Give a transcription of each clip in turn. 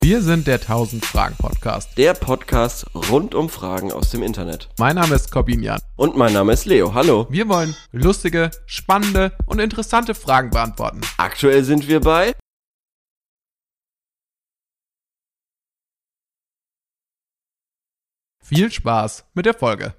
Wir sind der 1000-Fragen-Podcast. Der Podcast rund um Fragen aus dem Internet. Mein Name ist Corbinian. Und mein Name ist Leo. Hallo. Wir wollen lustige, spannende und interessante Fragen beantworten. Aktuell sind wir bei... Viel Spaß mit der Folge.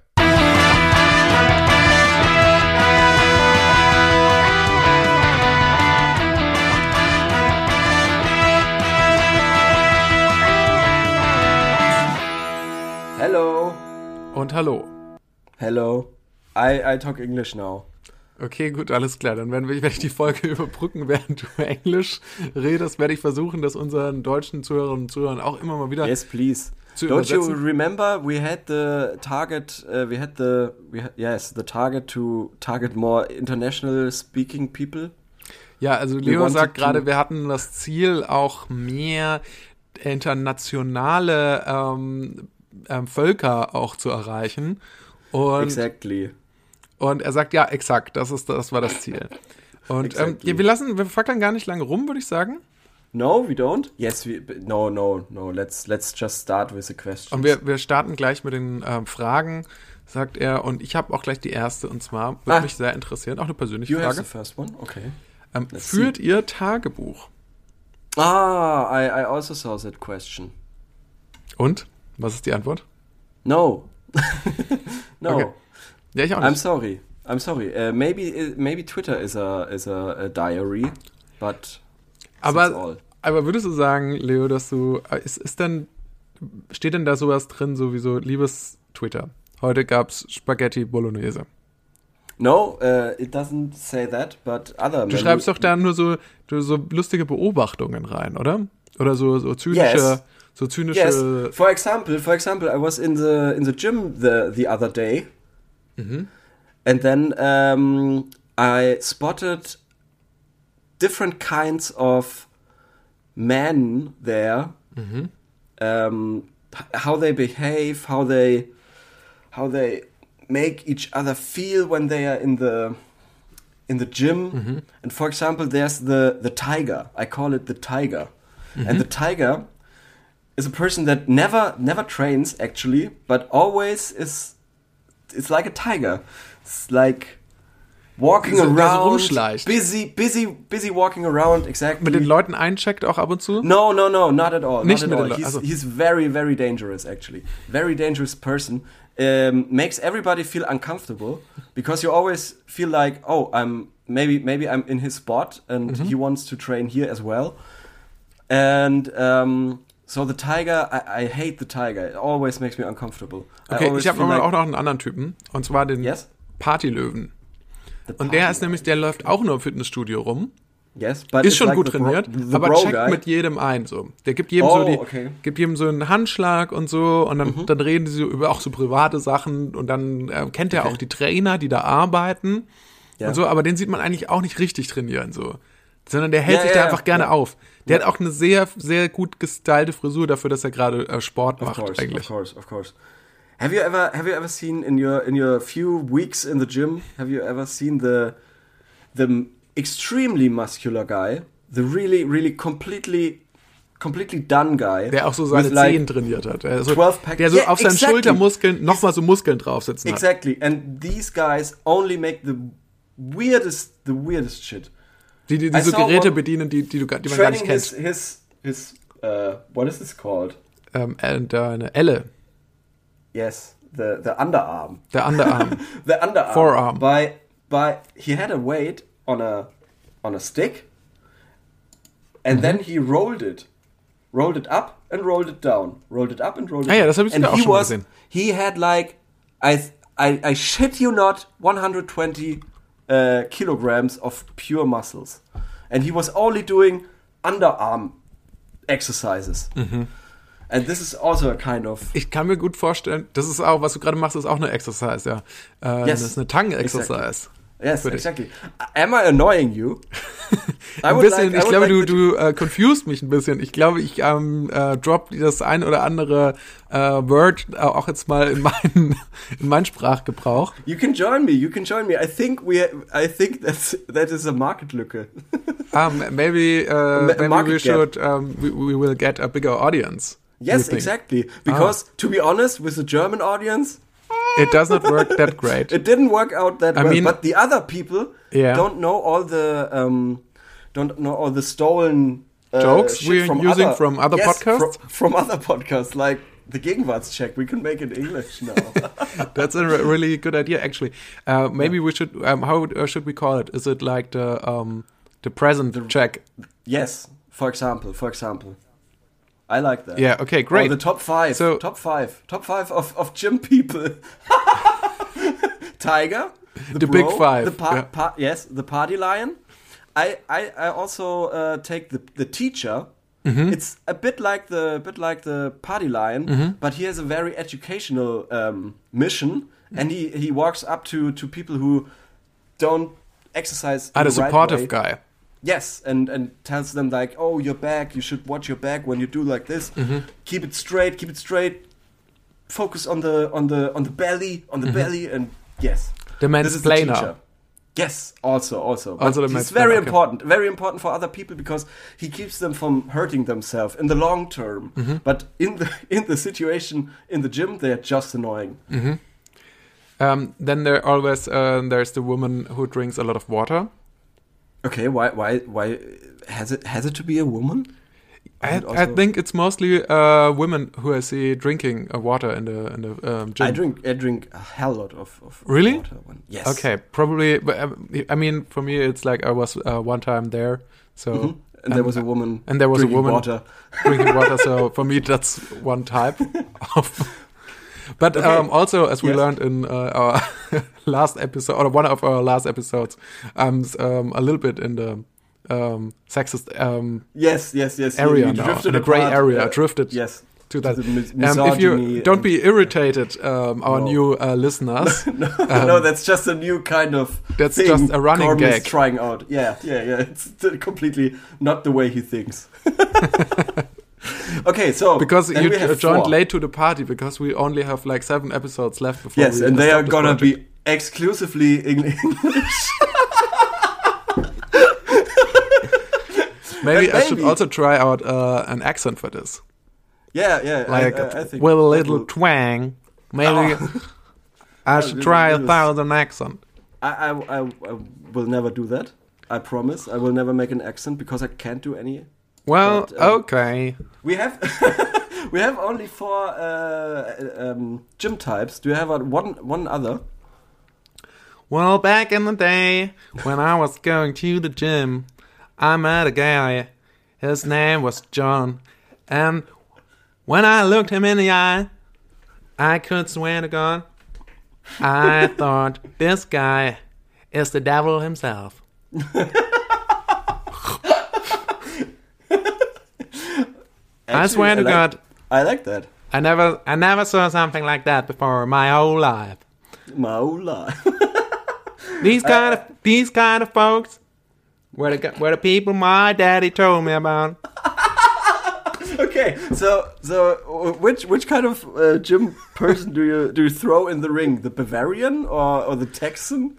Hello. Und hallo. Hello. I talk English now. Okay, gut, alles klar. Dann werde ich die Folge überbrücken, während du Englisch redest. Werde ich versuchen, das unseren deutschen Zuhörerinnen und Zuhörern auch immer mal wieder Yes, please. zu Don't you übersetzen. remember we had the target? The target to target more international speaking people. Ja, also Leo wanted sagt gerade, to- wir hatten das Ziel, auch mehr internationale Völker auch zu erreichen. Exactly. Und er sagt, ja, exakt, das war das Ziel. Und Exactly. wir fackeln gar nicht lange rum, würde ich sagen. No, we don't. Yes, no. Let's just start with the questions. Und wir starten gleich mit den Fragen, sagt er. Und ich habe auch gleich die erste, und zwar würde mich sehr interessieren, auch eine persönliche You have Frage. the first one. Okay. Führt ihr Tagebuch? I also saw that question. Und? Was ist die Antwort? No. No. Okay. Ja, ich auch I'm nicht. sorry. Maybe Twitter is a diary, but that's all. Aber würdest du sagen, Leo, dass du, steht denn da sowas drin, sowieso, liebes Twitter, heute gab's Spaghetti Bolognese. No, it doesn't say that, but other. Du schreibst doch da nur so lustige Beobachtungen rein, oder? Oder so zynische, Yes. For example, I was in the gym the other day, and then I spotted different kinds of men there. How they behave, how they make each other feel when they are in the gym. And for example, there's the tiger. I call it the tiger. And the tiger is a person that never trains actually, but always it's like a tiger. It's like walking Der so around, rumschleicht. busy walking around, exactly. Mit den Leuten eincheckt auch ab und zu? No, not at all. Nicht Not mit at den all. Leuten, also. He's very, very dangerous, actually. Very dangerous person. Makes everybody feel uncomfortable because you always feel like, oh, maybe I'm in his spot and he wants to train here as well. And so the tiger, I hate the tiger. It always makes me uncomfortable. Okay, ich habe auch noch einen anderen Typen, und zwar den Yes? Partylöwen. The Und der party- ist nämlich, der läuft auch nur im Fitnessstudio rum. yes, but Ist it's schon like gut the trainiert, the aber bro checkt guy. mit jedem ein, so. Der gibt jedem Okay. gibt jedem so einen Handschlag und so, und dann reden sie so über auch so private Sachen, und dann kennt er auch die Trainer, die da arbeiten Ja. und so, aber den sieht man eigentlich auch nicht richtig trainieren, so. Sondern der hält Ja, sich ja, da einfach gerne ja. auf. Der hat auch eine sehr, sehr gut gestylte Frisur dafür, dass er gerade Sport macht, Of eigentlich. course. Have you ever seen in your few weeks in the gym? Have you ever seen the extremely muscular guy, the really completely done guy, Der auch so seine with, like, Zehen trainiert hat. Der so, 12-pack. der so Yeah, auf seinen exactly. Schultermuskeln nochmal so Muskeln draufsitzen hat. Exactly, and these guys only make the weirdest shit. Die I so saw Geräte one bedienen, die man gar nicht Training kennt. his what is this called? Eine Elle, Yes, the underarm. der Underarm. The underarm. Forearm. By he had a weight on a stick, and then he rolled it up and rolled it down, rolled it up and rolled it. Ah ja, down. das hab ich And sogar auch he schon mal was- gesehen. He had like I shit you not 120 kilograms of pure muscles, and he was only doing underarm exercises. And this is also a kind of Ich kann mir gut vorstellen, das ist auch, was du gerade machst, ist auch eine Exercise, ja. Yes, Das ist eine Tongue-Exercise. Yes, exactly. Am I annoying you? Ein bisschen, ich glaube, du confused mich ein bisschen. Ich glaube, ich drop das ein oder andere Word auch jetzt mal in meinen Sprachgebrauch. You can join me. I think that is a Marketlücke. Maybe we should we will get a bigger audience. Yes, exactly. Because to be honest, with the German audience, it does not work that great. It didn't work out that well. But the other people don't know all the stolen jokes we're using from other podcasts. From other podcasts, like the Gegenwartscheck. We can make it English now. That's a really good idea, actually. Maybe we should. How should we call it? Is it like the present check? Yes. For example. I like that. Yeah, okay, great. The top five. So, top five of gym people. Tiger. The bro, big five. Yes, the party lion. I also take the teacher. Mm-hmm. It's a bit like the party lion, mm-hmm. but he has a very educational mission, and he walks up to people who don't exercise in the right way. A supportive guy. Yes, and tells them like, oh, your back, you should watch your back when you do like this. Mm-hmm. Keep it straight. Focus on the belly, mm-hmm. belly, and yes. The mansplainer. Yes, also. It's very important for other people because he keeps them from hurting themselves in the long term. Mm-hmm. But in the situation in the gym, they're just annoying. Mm-hmm. Then there's the woman who drinks a lot of water. Okay, why has it to be a woman? I think it's mostly women who I see drinking water in the gym. I drink a hell lot of really? Water. Yes. Okay, probably. But I mean, for me, it's like I was one time there, so mm-hmm. and there was a woman. And there was a woman water. drinking water. So for me, that's one type of. But okay. Also, as we learned in our last episode, or one of our last episodes, I'm a little bit in the sexist yes area we now, in a grey area. Drifted yes to that. If you don't be irritated, our new listeners. No, that's just a new kind of. That's thing just a running Corm gag. Is trying out. Yeah. It's completely not the way he thinks. Okay, so because you joined 4. late to the party because we only have like 7 episodes left before. Yes, and they are gonna be exclusively in English. Maybe I should also try out an accent for this. Yeah. Like I think with a little twang. Maybe I should try a thousand accent. I will never do that. I promise. I will never make an accent because I can't do any. Well, but, okay. We have only 4 gym types. Do you have one other? Well, back in the day when I was going to the gym, I met a guy. His name was John, and when I looked him in the eye, I could swear to God, I thought this guy is the devil himself. Actually, I swear to God, I like that. I never saw something like that before in my whole life. These kind of folks were the people my daddy told me about. Okay, so which kind of gym person do you throw in the ring? The Bavarian or the Texan?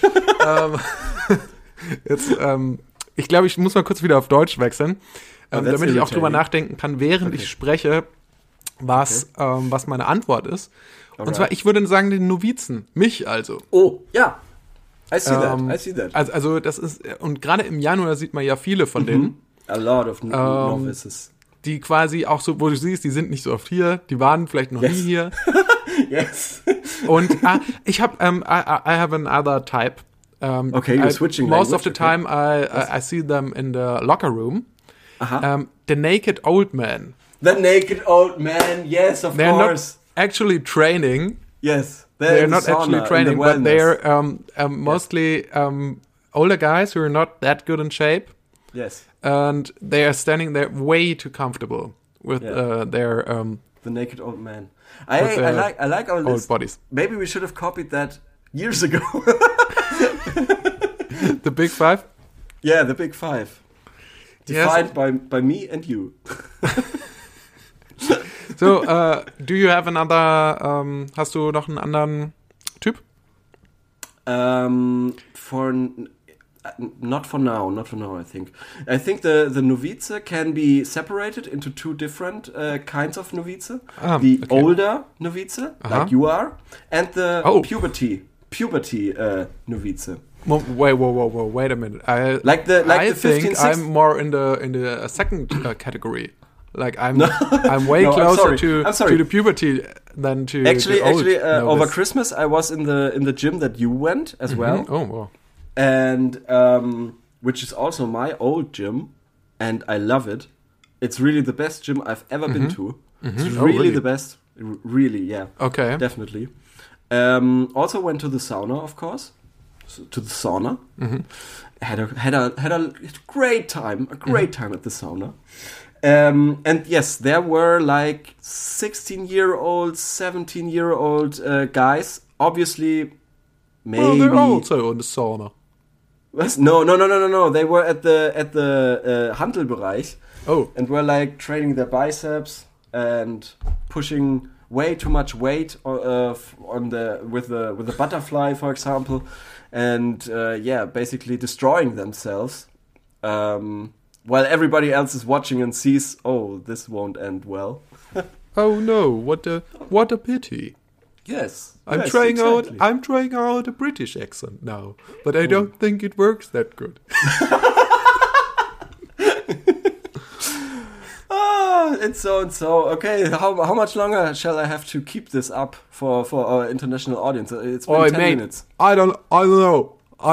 Ich glaube, ich muss mal kurz wieder auf Deutsch wechseln, damit ich auch drüber nachdenken kann, während ich spreche, was meine Antwort ist. Alright. Und zwar, ich würde sagen, den Novizen. Mich also. Oh, ja. I see that. Also das ist, und gerade im Januar sieht man ja viele von denen. A lot of novices. Die quasi auch so, wo du siehst, die sind nicht so oft hier, die waren vielleicht noch nie hier. Yes. Und ich habe, I have another type. Okay, you're switching most language. Of the time I see them in the locker room. The naked old man. The naked old man, yes, of they're course. Not actually training. Yes, they're not actually training, but they're mostly older guys who are not that good in shape. Yes. And they are standing there way too comfortable with their the naked old man. I like all old this. Bodies. Maybe we should have copied that years ago. The Big Five? Yeah, the Big Five. Yes. Defined by me and you. So, do you have another, hast du noch einen anderen Typ? Not for now, I think. I think the Novize can be separated into two different kinds of Novize. The okay. older Novize, like you are, and the puberty Novize. Wait a minute. I think 15, I'm more in the second category. Like I'm way closer to the puberty than to actually the old over Christmas I was in the gym that you went as well. Oh wow. And which is also my old gym, and I love it. It's really the best gym I've ever been to. It's really the best. Really, yeah. Okay. Definitely. Also went to the sauna, of course. To the sauna. Had a great time. A great time at the sauna. And yes, there were like 16-year-old, 17-year-old guys. Obviously, maybe. Well, they're also in the sauna. Was? No. They were at the Hantelbereich. Oh. And were like training their biceps and pushing way too much weight with the butterfly, for example, and basically destroying themselves. While everybody else is watching and sees, oh, this won't end well. Oh no! What a pity. Yes, I'm trying out a British accent now, but I don't think it works that good. It's so and so. Okay, how much longer shall I have to keep this up for our international audience? It's been 10 minutes. I don't know. I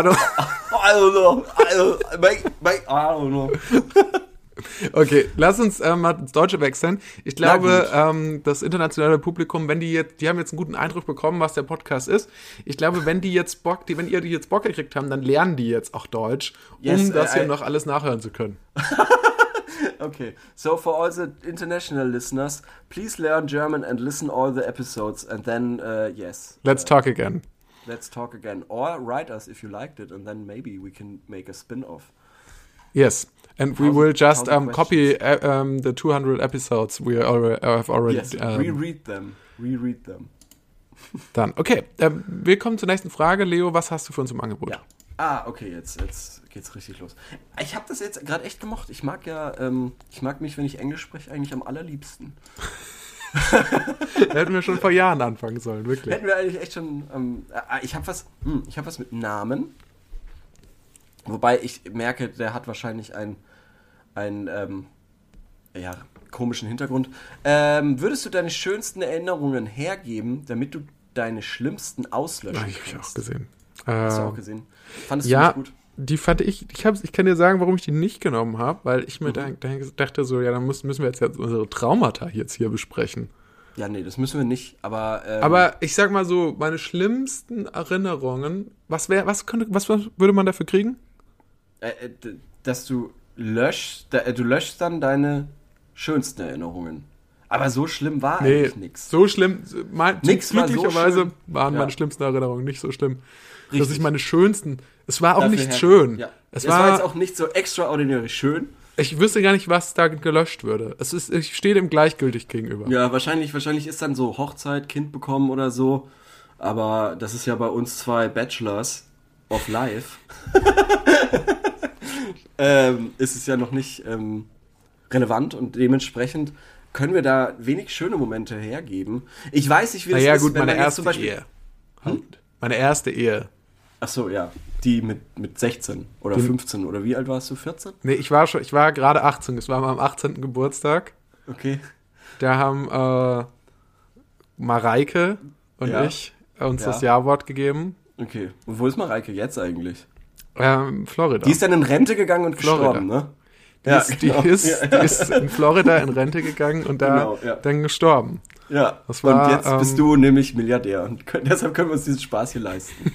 don't know. Okay, lass uns mal ins Deutsche wechseln. Ich glaube, das internationale Publikum, die haben jetzt einen guten Eindruck bekommen, was der Podcast ist. Ich glaube, wenn ihr die jetzt Bock gekriegt haben, dann lernen die jetzt auch Deutsch, das hier noch alles nachhören zu können. Okay, so for all the international listeners, please learn German and listen all the episodes, and then Let's talk again. Let's talk again, or write us if you liked it, and then maybe we can make a spin-off. Yes, and we will just copy the 200 episodes we have already. Yes, reread them. Dann, okay, wir kommen zur nächsten Frage. Leo, was hast du für uns im Angebot? Ja. Okay, jetzt geht's richtig los. Ich habe das jetzt gerade echt gemocht. Ich mag mich, wenn ich Englisch spreche, eigentlich am allerliebsten. Hätten wir schon vor Jahren anfangen sollen, wirklich. Hätten wir eigentlich echt schon. Ich habe was mit Namen. Wobei ich merke, der hat wahrscheinlich einen komischen Hintergrund. Würdest du deine schönsten Erinnerungen hergeben, damit du deine schlimmsten auslöschen kannst? Ich habe auch gesehen. Hast du auch gesehen? Fandest du nicht gut? Die fand ich kann dir sagen, warum ich die nicht genommen habe, weil ich mir dachte so, ja, dann müssen wir jetzt unsere Traumata jetzt hier besprechen. Ja, nee, das müssen wir nicht, aber ich sag mal so, meine schlimmsten Erinnerungen, was würde man dafür kriegen? Dass du löschst dann deine schönsten Erinnerungen. Aber so schlimm war eigentlich nichts. So schlimm, glücklicherweise waren meine schlimmsten Erinnerungen nicht so schlimm. Richtig. Dass ich meine schönsten, es war auch nicht schön. Ja. Es war jetzt auch nicht so extraordinary schön. Ich wüsste gar nicht, was da gelöscht würde. Ich stehe dem gleichgültig gegenüber. Ja, wahrscheinlich ist dann so Hochzeit, Kind bekommen oder so. Aber das ist ja bei uns 2 Bachelors of Life. Ist es ja noch nicht relevant und dementsprechend können wir da wenig schöne Momente hergeben. Ich weiß nicht, wie das ist, gut, wenn meine man erste zum Beispiel Ehe. Meine erste Ehe. Ach so, ja. Die mit 16 oder 15 oder wie alt warst du? 14? Nee, ich war gerade 18. Es war am 18. Geburtstag. Okay. Da haben Mareike und ich uns das Ja-Wort gegeben. Okay. Und wo ist Mareike jetzt eigentlich? Florida. Die ist dann in Rente gegangen und gestorben, ne? Die ist in Florida in Rente gegangen und da dann gestorben. Ja, und jetzt bist du nämlich Milliardär und deshalb können wir uns diesen Spaß hier leisten.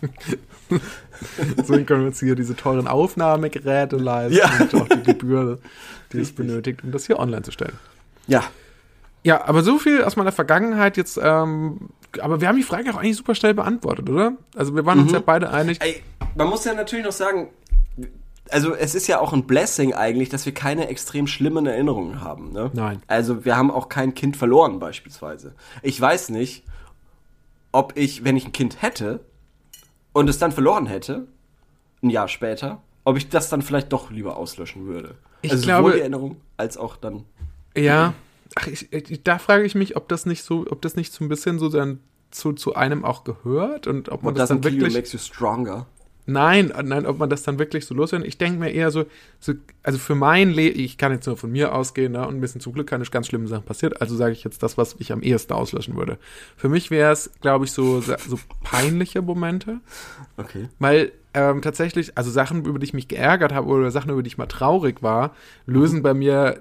So können wir uns hier diese teuren Aufnahmegeräte leisten und auch die Gebühr, die es benötigt, um das hier online zu stellen. Ja. Ja, aber so viel aus meiner Vergangenheit. Jetzt können aber wir haben die Frage auch eigentlich super schnell beantwortet, oder? Also wir waren uns ja beide einig. Ey, man muss ja natürlich noch sagen, also es ist ja auch ein Blessing eigentlich, dass wir keine extrem schlimmen Erinnerungen haben. Ne? Nein. Also wir haben auch kein Kind verloren beispielsweise. Ich weiß nicht, ob ich, wenn ich ein Kind hätte und es dann verloren hätte, ein Jahr später, ob ich das dann vielleicht doch lieber auslöschen würde. Ich also glaube, sowohl die Erinnerung als auch dann... Ja, da frage ich mich, ob das nicht so ein bisschen so dann zu einem auch gehört und ob man das dann wirklich... makes you stronger. Nein, ob man das dann wirklich so loswerden. Ich denke mir eher so, also für mein Leben, ich kann jetzt nur von mir ausgehen, ne, und ein bisschen zum Glück keine ganz schlimmen Sachen passiert, also sage ich jetzt das, was ich am ehesten auslöschen würde. Für mich wäre es, glaube ich, so peinliche Momente. Okay. Weil tatsächlich, also Sachen, über die ich mich geärgert habe oder Sachen, über die ich mal traurig war, löst bei mir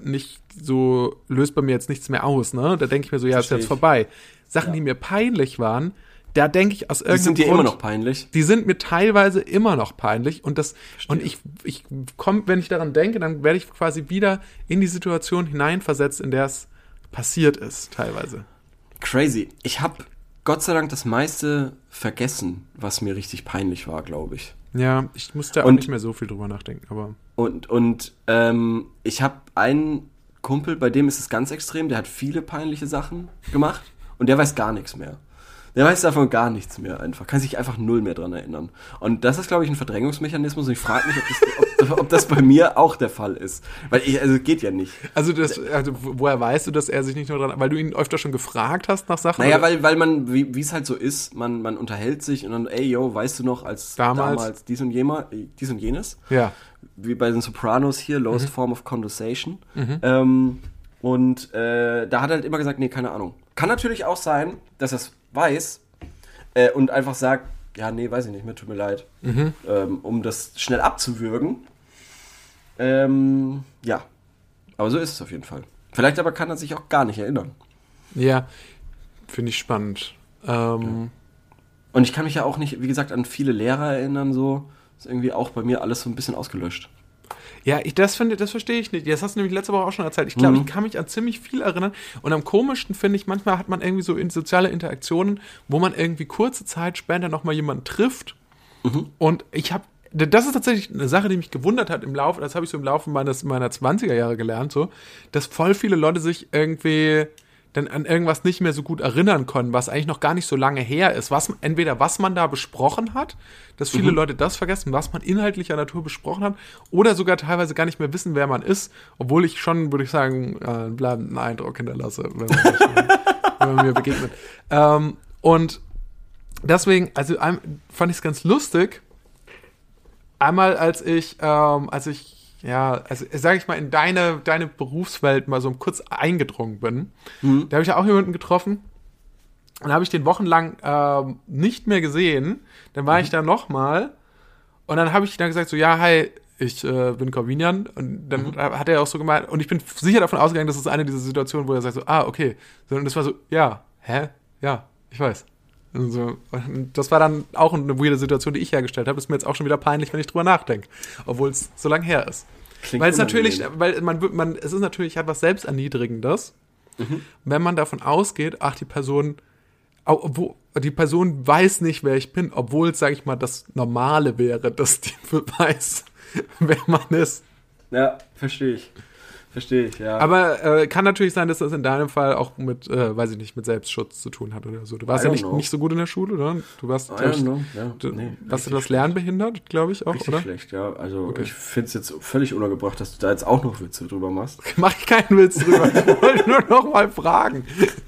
jetzt nichts mehr aus, ne? Da denke ich mir so, ja, ist jetzt vorbei. Sachen, die mir peinlich waren, da denke ich aus irgendeinem Grund... Die sind dir immer noch peinlich? Die sind mir teilweise immer noch peinlich und ich komme, wenn ich daran denke, dann werde ich quasi wieder in die Situation hineinversetzt, in der es passiert ist, teilweise. Crazy. Ich habe Gott sei Dank das meiste vergessen, was mir richtig peinlich war, glaube ich. Ja, ich musste auch nicht mehr so viel drüber nachdenken, aber... Und ich habe einen Kumpel, bei dem ist es ganz extrem, der hat viele peinliche Sachen gemacht und der weiß gar nichts mehr. Der weiß davon gar nichts mehr einfach. Kann sich einfach null mehr dran erinnern. Und das ist, glaube ich, ein Verdrängungsmechanismus. Und ich frage mich, ob das bei mir auch der Fall ist. Weil geht ja nicht. Also woher weißt du, dass er sich nicht nur dran... Weil du ihn öfter schon gefragt hast nach Sachen? Naja, weil man, wie es halt so ist, man unterhält sich und dann, ey, yo, weißt du noch, als damals dies und jenes? Ja. Wie bei den Sopranos hier, Lowest Form of Conversation. Da hat er halt immer gesagt, nee, keine Ahnung. Kann natürlich auch sein, dass er es weiß und einfach sagt, ja, nee, weiß ich nicht mehr, tut mir leid. Um das schnell abzuwürgen. Ja, aber so ist es auf jeden Fall. Vielleicht aber kann er sich auch gar nicht erinnern. Ja, finde ich spannend. Und ich kann mich ja auch nicht, wie gesagt, an viele Lehrer erinnern, so. Ist irgendwie auch bei mir alles so ein bisschen ausgelöscht. Ja, das verstehe ich nicht. Das hast du nämlich letzte Woche auch schon erzählt. Ich glaube, ich kann mich an ziemlich viel erinnern. Und am komischsten finde ich, manchmal hat man irgendwie so soziale Interaktionen, wo man irgendwie kurze Zeit später nochmal jemanden trifft. Und das ist tatsächlich eine Sache, die mich gewundert hat das habe ich so im Laufe meiner 20er Jahre gelernt, so, dass voll viele Leute sich irgendwie dann an irgendwas nicht mehr so gut erinnern können, was eigentlich noch gar nicht so lange her ist. Entweder was man da besprochen hat, dass viele Leute das vergessen, was man inhaltlicher Natur besprochen hat, oder sogar teilweise gar nicht mehr wissen, wer man ist, obwohl ich schon, würde ich sagen, einen bleibenden Eindruck hinterlasse, wenn man mir begegnet. Und deswegen, also fand ich es ganz lustig, einmal als ich sage ich mal, in deine Berufswelt mal so kurz eingedrungen bin. Da habe ich ja auch jemanden getroffen und habe ich den wochenlang nicht mehr gesehen. Dann war ich da nochmal und dann habe ich dann gesagt so, ja, hi, ich bin Corvinian. Und dann hat er auch so gemeint, und ich bin sicher davon ausgegangen, das ist eine dieser Situationen, wo er sagt so, okay. Und das war so, ja, hä? Ja, ich weiß. Und das war dann auch eine weirde Situation, die ich hergestellt habe. Ist mir jetzt auch schon wieder peinlich, wenn ich drüber nachdenke. Obwohl es so lange her ist. Weil es natürlich, es ist natürlich etwas Selbsterniedrigendes, wenn man davon ausgeht, die Person weiß nicht, wer ich bin, obwohl es, sage ich mal, das Normale wäre, dass die weiß, wer man ist. Ja, verstehe ich, ja. Aber kann natürlich sein, dass das in deinem Fall auch mit, mit Selbstschutz zu tun hat oder so. Du warst ja nicht so gut in der Schule, oder? Du warst, warst du das lernbehindert, glaube ich, auch, richtig oder? Schlecht, ja. Also okay. Ich finde es jetzt völlig unangebracht, dass du da jetzt auch noch Witze drüber machst. Mach ich keinen Witz drüber. Ich wollte nur noch mal fragen.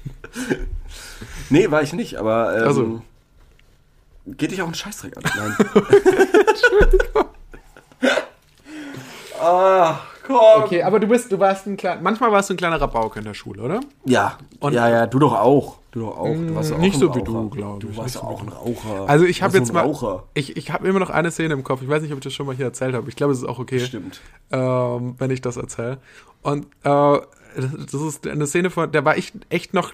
Nee, war ich nicht, aber geht dich auch einen Scheißdreck an. Nein. Entschuldigung. Komm. Okay, aber manchmal warst du ein kleiner Rabauke in der Schule, oder? Ja, ja, du doch auch. Du warst auch nicht so wie du, glaube ich. Du warst auch ein Raucher. Also ich habe jetzt mal, ich habe immer noch eine Szene im Kopf. Ich weiß nicht, ob ich das schon mal hier erzählt habe. Ich glaube, es ist auch okay, stimmt, wenn ich das erzähle. Und das ist eine Szene da war ich echt noch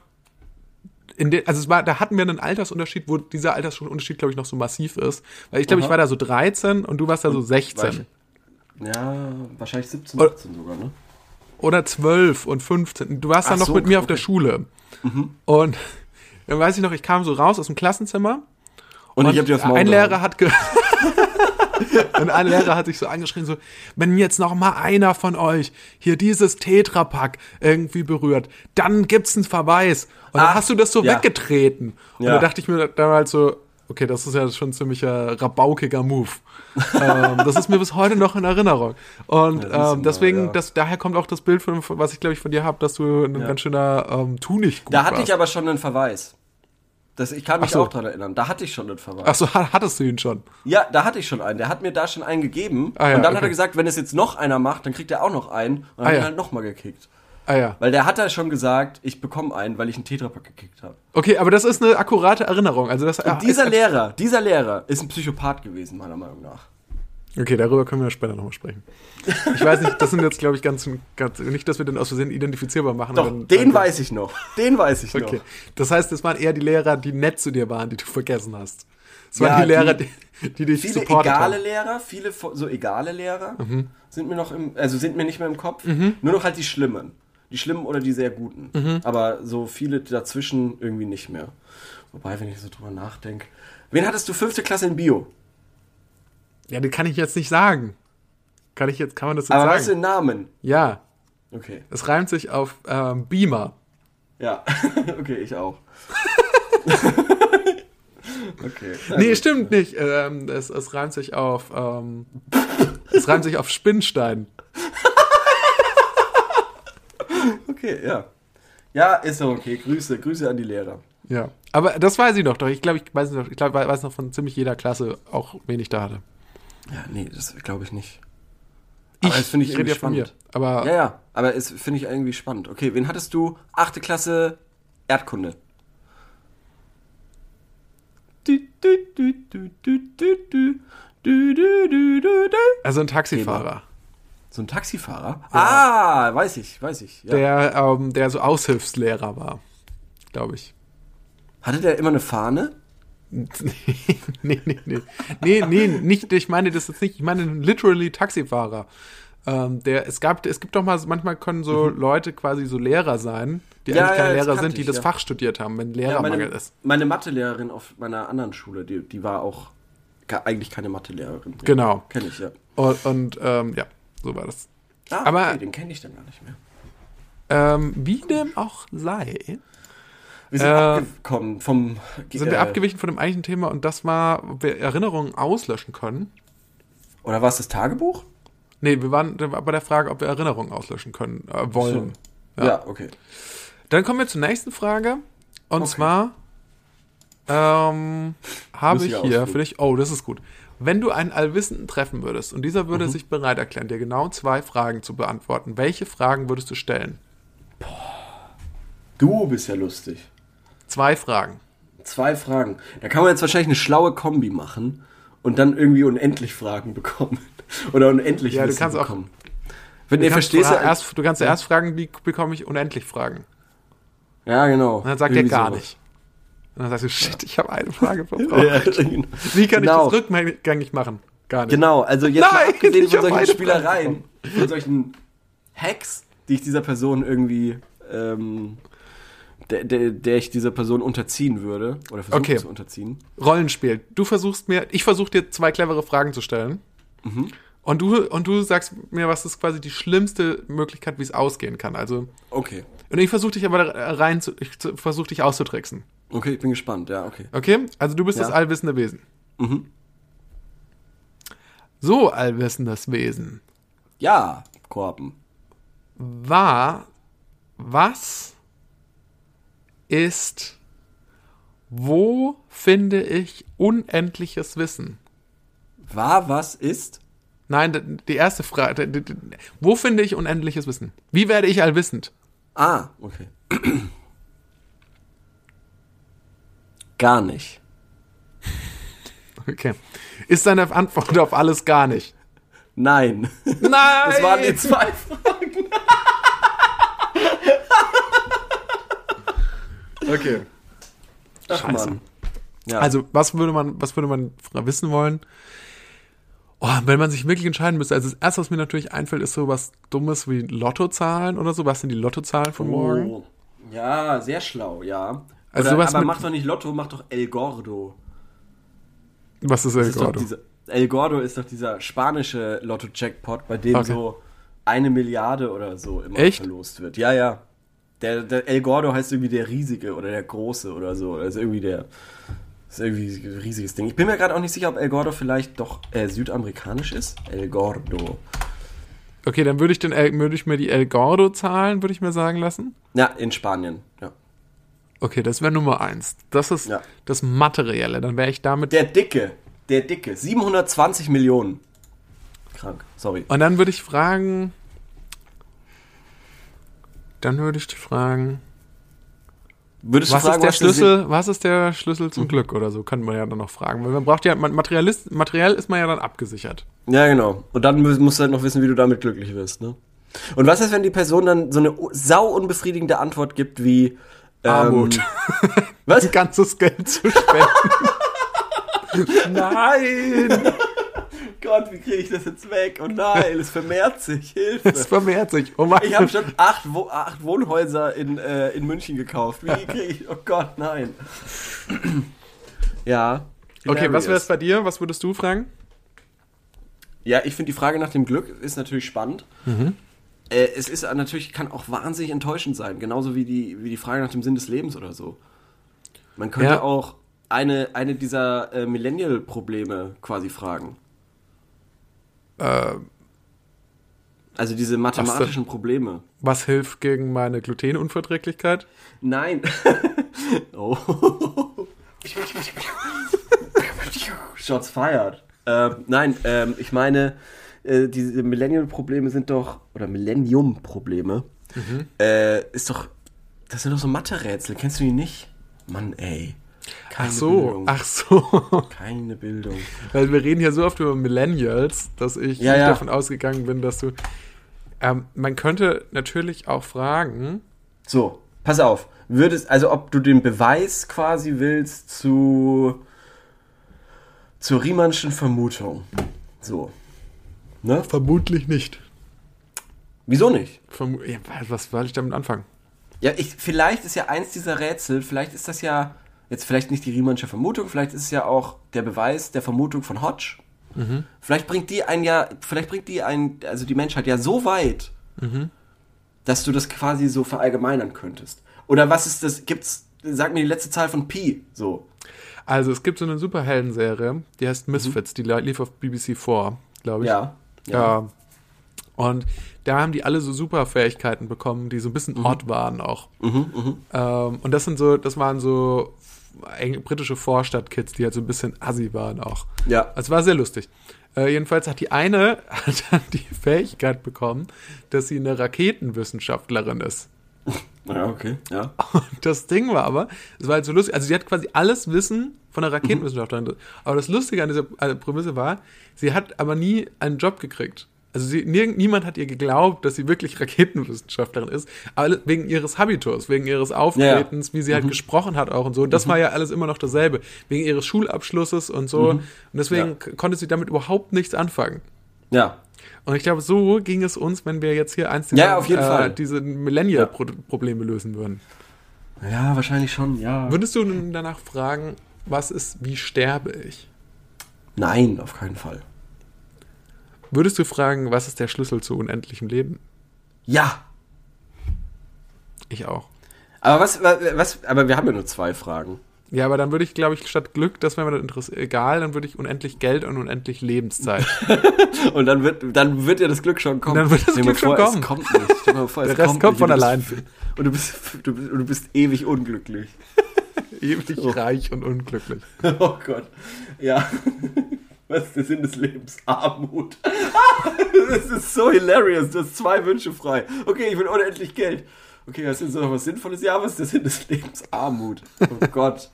da hatten wir einen Altersunterschied, wo dieser Altersunterschied, glaube ich, noch so massiv ist. Weil ich glaube, ich war da so 13 und du warst da so 16. Ja, wahrscheinlich 17, 18 sogar, ne? Oder 12 und 15. Du warst dann noch mit mir auf der Schule. Und Dann weiß ich noch, ich kam so raus aus dem Klassenzimmer Und ich hab dir aufs Maul ein gehauen. Lehrer hat und ein Lehrer hat sich so angeschrien, so, wenn jetzt noch mal einer von euch hier dieses Tetrapack irgendwie berührt, dann gibt's einen Verweis. Und dann hast du das so ja. weggetreten. Und Ja. da dachte ich mir damals so, okay, das ist ja schon ein ziemlicher rabaukiger Move. Das ist mir bis heute noch in Erinnerung. Und Ja, siehst du mal, deswegen, ja. daher kommt auch das Bild, was ich glaube ich von dir habe, dass du ein ganz schöner Tunichtgut Da hatte warst. ich aber schon einen Verweis. Ich kann mich Ach so. auch dran erinnern. Da hatte ich schon einen Verweis. Ach so, hattest du ihn schon? Ja, da hatte ich schon einen. Der hat mir da schon einen gegeben. Ah ja, und dann okay. hat er gesagt, wenn es jetzt noch einer macht, dann kriegt er auch noch einen. Und dann hat ja. er halt nochmal gekickt. Ah ja. Weil der hat da schon gesagt, ich bekomme einen, weil ich einen Tetrapack gekickt habe. Okay, aber das ist eine akkurate Erinnerung. Also das, Und dieser Lehrer ist ein Psychopath gewesen, meiner Meinung nach. Okay, darüber können wir später nochmal sprechen. Ich weiß nicht, das sind jetzt, glaube ich, ganz nicht, dass wir den aus Versehen identifizierbar machen. Doch, den weiß ich noch. Den weiß ich Okay, noch. das heißt, es waren eher die Lehrer, die nett zu dir waren, die du vergessen hast. Es Ja, waren die Lehrer, die- die dich Viele supportet egale haben. Lehrer, so egale Lehrer sind mir nicht mehr im Kopf. Nur noch halt die Schlimmen. Die Schlimmen oder die sehr guten. Aber so viele dazwischen irgendwie nicht mehr. Wobei, wenn ich so drüber nachdenke. Wen hattest du 5. Klasse in Bio? Ja, den kann ich jetzt nicht sagen. Kann man das jetzt Aber sagen? weißt du den Namen? Ja, Okay. es reimt sich auf Beamer. Ja. Okay, ich auch. Okay. Nee, stimmt nicht. Es reimt sich auf Spinnstein. Okay, ja. Ja, ist doch okay. Grüße an die Lehrer. Ja, aber das weiß ich noch. Doch, ich weiß noch von ziemlich jeder Klasse auch, wen ich da hatte. Ja, nee, das glaube ich nicht. Aber das finde ich rede irgendwie ja von mir. spannend. Aber Ja, aber es finde ich irgendwie spannend. Okay, wen hattest du? 8. Klasse Erdkunde. also ein Taxifahrer, So ein Taxifahrer? Ah, weiß ich. Ja. der so Aushilfslehrer war, glaube ich. Hatte der immer eine Fahne? Nee, nicht, ich meine das jetzt nicht, ich meine literally Taxifahrer. Es gibt doch mal, manchmal können so Leute quasi so Lehrer sein, die Ja, eigentlich keine ja, das Lehrer kannte sind, die ich, das ja. Fach studiert haben, wenn Ja, Lehrermangel ist. meine Mathelehrerin auf meiner anderen Schule, die war auch eigentlich keine Mathelehrerin. Ja, Genau. Kenne ich, ja. Und ja, so war das. Ah, Aber- okay, den kenne ich dann gar nicht mehr. Wie dem auch sei, Wir sind abgekommen vom... sind wir abgewichen von dem eigentlichen Thema und das war, ob wir Erinnerungen auslöschen können. Oder war es das Tagebuch? Nee, wir waren bei der Frage, ob wir Erinnerungen auslöschen können, wollen. Ja, okay. Dann kommen wir zur nächsten Frage. Und Okay. zwar habe ich Lustiger hier Ausflug. für dich, oh, das ist gut. Wenn du einen Allwissenden treffen würdest und dieser würde sich bereit erklären, dir genau 2 Fragen zu beantworten, welche Fragen würdest du stellen? Du bist ja lustig. 2 Fragen. 2 Fragen. Da kann man jetzt wahrscheinlich eine schlaue Kombi machen und dann irgendwie unendlich Fragen bekommen. Oder unendlich Ja, du Wissen kannst auch- bekommen. Wenn ihr verstehst, Du kannst ja erst fragen, wie bekomme ich unendlich Fragen? ja, genau. Und dann sagt er Irgendwie gar sowas. nicht. Und dann sagst du, shit, ich habe eine Frage verbraucht. Ja, Wie kann genau. ich das rückgängig machen? Gar nicht. Genau, also jetzt mal Nein, abgesehen ich von hab solchen eine Spielereien, von solchen Hacks, die ich dieser Person irgendwie, der ich dieser Person unterziehen würde, oder versuche Okay. zu unterziehen. Rollenspiel. Ich versuche dir 2 clevere Fragen zu stellen. Mhm. Und du sagst mir, was ist quasi die schlimmste Möglichkeit, wie es ausgehen kann. Also, Okay. und ich versuche dich aber versuche dich auszutricksen. Okay, ich bin gespannt, ja, okay. Okay? Also du bist Ja. das allwissende Wesen. Mhm. So, allwissendes Wesen. Ja, Korben. Wo finde ich unendliches Wissen? Was ist? Nein, die erste Frage. Wo finde ich unendliches Wissen? Wie werde ich allwissend? Ah, okay. Gar nicht. Okay. Ist deine Antwort auf alles gar nicht? Nein. Nein! Das waren die 2 Fragen. Okay. Ach, Scheiße. Mann. Ja. Also, was würde man wissen wollen? Oh, wenn man sich wirklich entscheiden müsste, also das erste, was mir natürlich einfällt, ist so was Dummes wie Lottozahlen oder so. Was sind die Lottozahlen von morgen? Ja, sehr schlau, ja. Also Oder, sowas aber mit, mach doch nicht Lotto, mach doch El Gordo. was ist El Das ist doch Gordo? El Gordo ist doch dieser spanische Lotto-Jackpot, bei dem Okay. so 1 Milliarde oder so immer Echt? verlost wird. Ja, ja. Der El Gordo heißt irgendwie der Riesige oder der Große oder so. Das ist irgendwie ein riesiges Ding. Ich bin mir gerade auch nicht sicher, ob El Gordo vielleicht doch südamerikanisch ist. El Gordo. Okay, dann würde ich mir die El Gordo-Zahlen, würde ich mir sagen lassen. Ja, in Spanien. Ja. Okay, das wäre Nummer 1. Das ist Ja. das Materielle. Dann wäre ich damit. Der Dicke. 720 Millionen. Krank, sorry. Und dann würde ich fragen. Würdest du Was fragen, ist der was Schlüssel? Was ist der Schlüssel zum Glück oder so? Kann man ja dann noch fragen. Weil man braucht ja, materiell ist man ja dann abgesichert. Ja, genau. Und dann musst du halt noch wissen, wie du damit glücklich wirst, ne? Und was ist, wenn die Person dann so eine sau unbefriedigende Antwort gibt wie Armut. Was? Ein ganzes Geld zu spenden. Nein! Gott, wie kriege ich das jetzt weg? Oh nein, es vermehrt sich. Hilfe. Es vermehrt sich. Oh mein Ich habe schon 8 Wohnhäuser in München gekauft. Wie kriege ich... Oh Gott, nein. Ja. Okay, was wäre hilarious. es bei dir? Was würdest du fragen? Ja, ich finde die Frage nach dem Glück ist natürlich spannend. Es ist natürlich, kann auch wahnsinnig enttäuschend sein. Genauso wie die Frage nach dem Sinn des Lebens oder so. Man könnte Ja. auch eine dieser Millennial-Probleme quasi fragen. Also diese mathematischen Probleme. Was hilft gegen meine Glutenunverträglichkeit? Nein. Oh. Shots fired. Nein, ich meine, diese Millennial-Probleme sind doch, oder Millennium-Probleme, ist doch, das sind doch so Mathe-Rätsel, kennst du die nicht? Mann, ey. Keine Bildung. Ach so. Keine Bildung. Weil wir reden hier so oft über Millennials, dass ich Ja, nicht ja. davon ausgegangen bin, dass du... man könnte natürlich auch fragen... So, pass auf. Ob du den Beweis quasi willst zur Riemannschen Vermutung. So. Ne? Vermutlich nicht. Wieso nicht? Ja, was soll ich damit anfangen? Ja, vielleicht ist ja eins dieser Rätsel, vielleicht ist das ja, jetzt vielleicht nicht die Riemannsche Vermutung, vielleicht ist es ja auch der Beweis der Vermutung von Hodge. Vielleicht bringt die also die Menschheit ja so weit, dass du das quasi so verallgemeinern könntest. Oder was ist das, sag mir die letzte Zahl von Pi, so. Also es gibt so eine Superhelden-Serie, die heißt Misfits, die lief auf BBC 4, glaube ich. Ja. Und da haben die alle so Superfähigkeiten bekommen, die so ein bisschen odd waren auch. Und das waren so britische Vorstadtkids, die halt so ein bisschen assi waren auch. Ja. Also war sehr lustig. Jedenfalls hat die eine dann die Fähigkeit bekommen, dass sie eine Raketenwissenschaftlerin ist. Ja, okay, ja. Und das Ding war aber, es war halt so lustig, also sie hat quasi alles Wissen von der Raketenwissenschaftlerin. Aber das Lustige an dieser Prämisse war, sie hat aber nie einen Job gekriegt. Also niemand hat ihr geglaubt, dass sie wirklich Raketenwissenschaftlerin ist, aber wegen ihres Habiturs, wegen ihres Auftretens, wie sie halt gesprochen hat auch und so. Und das war ja alles immer noch dasselbe, wegen ihres Schulabschlusses und so. Und deswegen konnte sie damit überhaupt nichts anfangen. Ja. Und ich glaube, so ging es uns, wenn wir jetzt hier auf jeden Fall. diese Millennial-Probleme lösen würden. Ja, wahrscheinlich schon, ja. Würdest du nun danach fragen, wie sterbe ich? Nein, auf keinen Fall. Würdest du fragen, was ist der Schlüssel zu unendlichem Leben? Ja. Ich auch. Aber aber wir haben ja nur 2 Fragen. Ja, aber dann würde ich, glaube ich, statt Glück, das wäre mir dann egal, dann würde ich unendlich Geld und unendlich Lebenszeit. Und dann wird ja das Glück schon kommen. Dann wird das Stell dir Glück mal schon vor, kommen. Es kommt nicht. Stell dir mal vor, Der es Rest kommt nicht. von Und du allein. du bist ewig unglücklich. Ewig reich und unglücklich. Oh Gott. Ja. Was ist der Sinn des Lebens? Armut. Das ist so hilarious. Du hast 2 Wünsche frei. Okay, ich will unendlich Geld. Okay, das ist noch was Sinnvolles. Ja, was ist der Sinn des Lebens? Armut. Oh Gott.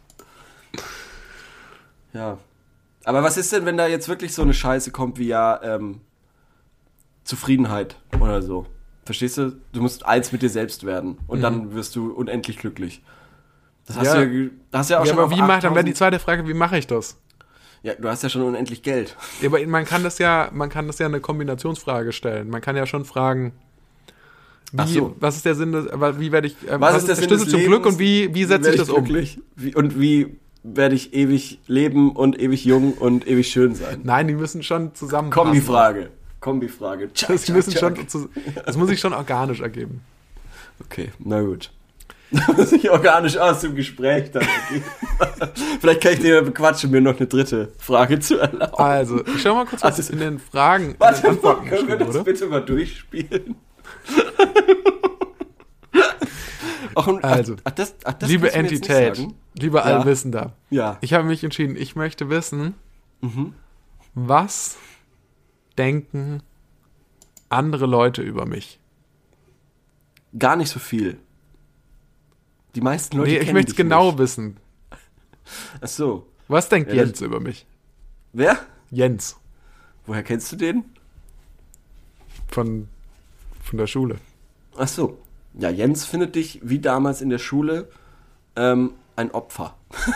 Ja. Aber was ist denn, wenn da jetzt wirklich so eine Scheiße kommt wie Zufriedenheit oder so? Verstehst du? Du musst eins mit dir selbst werden und dann wirst du unendlich glücklich. Das hast du ja auch schon aber auf dann wäre 8000 die zweite Frage, wie mache ich das? Ja, du hast ja schon unendlich Geld. Ja, aber man kann das ja eine Kombinationsfrage stellen. Man kann ja schon fragen, Ach so. Was ist der Sinn des, aber wie werde ich, Was ist der Sinn Schlüssel des zum Lebens? Glück und wie setze ich das um? Wie werde ich ewig leben und ewig jung und ewig schön sein? Nein, die müssen schon zusammen. Kombifrage. Das muss sich schon organisch ergeben. Okay, na gut. Das muss sich organisch aus dem Gespräch dann ergeben. Vielleicht kann ich dir bequatschen, mir noch eine dritte Frage zu erlauben. Also, ich schau mal kurz, was in den Fragen, Warte, in den Antworten können wir geschrieben das wurde. bitte mal durchspielen? Also, das liebe kannst du mir jetzt nicht Entität, sagen? lieber Ja. Allwissender, Ja. ich habe mich entschieden, ich möchte wissen, was denken andere Leute über mich? Gar nicht so viel. Die meisten Leute Nee, ich kennen möchte es dich genau nicht. wissen. Ach so. Was denkt Ja, Jens über mich? Wer? Jens Woher kennst du den? von der Schule. Ach so. Ja, Jens findet dich, wie damals in der Schule, ein Opfer.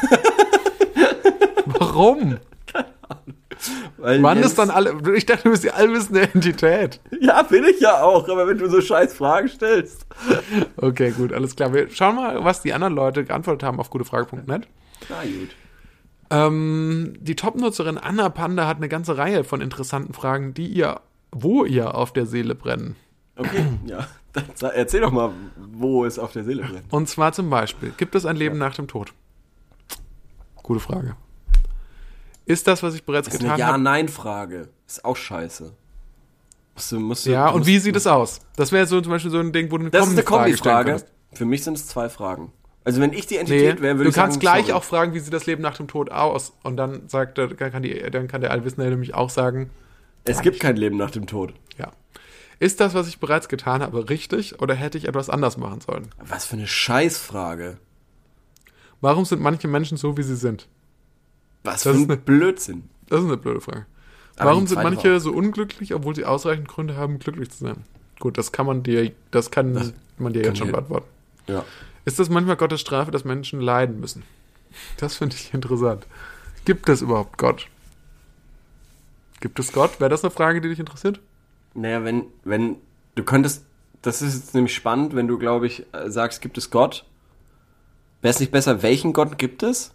Warum? Weil Wann Jens, ist dann alle... Ich dachte, du bist die allwissende Entität. Ja, bin ich ja auch, aber wenn du so scheiß Fragen stellst. Okay, gut, alles klar. Wir schauen mal, was die anderen Leute geantwortet haben auf gutefrage.net. Na gut. Die Top-Nutzerin Anna Panda hat eine ganze Reihe von interessanten Fragen, wo ihr auf der Seele brennen. Okay, ja. Dann erzähl doch mal, wo es auf der Seele brennt. Und zwar zum Beispiel, gibt es ein Leben nach dem Tod? Gute Frage. Ist das, was ich bereits Das ist eine getan habe? Ja-Nein-Frage. Ist auch scheiße. Musst du, Ja, du und musst- wie sieht es aus? Das wäre so zum Beispiel so ein Ding, wo du eine Das ist eine Kombi-Frage stellen Kombi-Frage. könntest. Für mich sind es 2 Fragen. Also wenn ich die Nee, Entität wäre, würde du ich sagen, kannst gleich sorry. auch fragen, wie sieht das Leben nach dem Tod aus? Und dann kann der Allwissende nämlich auch sagen, Es gibt kein Leben nach dem Tod. ja. Ist das, was ich bereits getan habe, richtig oder hätte ich etwas anders machen sollen? Was für eine Scheißfrage. Warum sind manche Menschen so, wie sie sind? Was Das für ist ein Blödsinn. Das ist eine blöde Frage. Aber Warum die sind zweite manche war- so unglücklich, obwohl sie ausreichend Gründe haben, glücklich zu sein? Gut, das kann man dir jetzt schon dir- beantworten. Ja. Ist das manchmal Gottes Strafe, dass Menschen leiden müssen? Das finde ich interessant. Gibt es überhaupt Gott? Gibt es Gott? Wäre das eine Frage, die dich interessiert? Naja, wenn du könntest, das ist jetzt nämlich spannend, wenn du, glaube ich, sagst, gibt es Gott? Wäre es nicht besser, welchen Gott gibt es?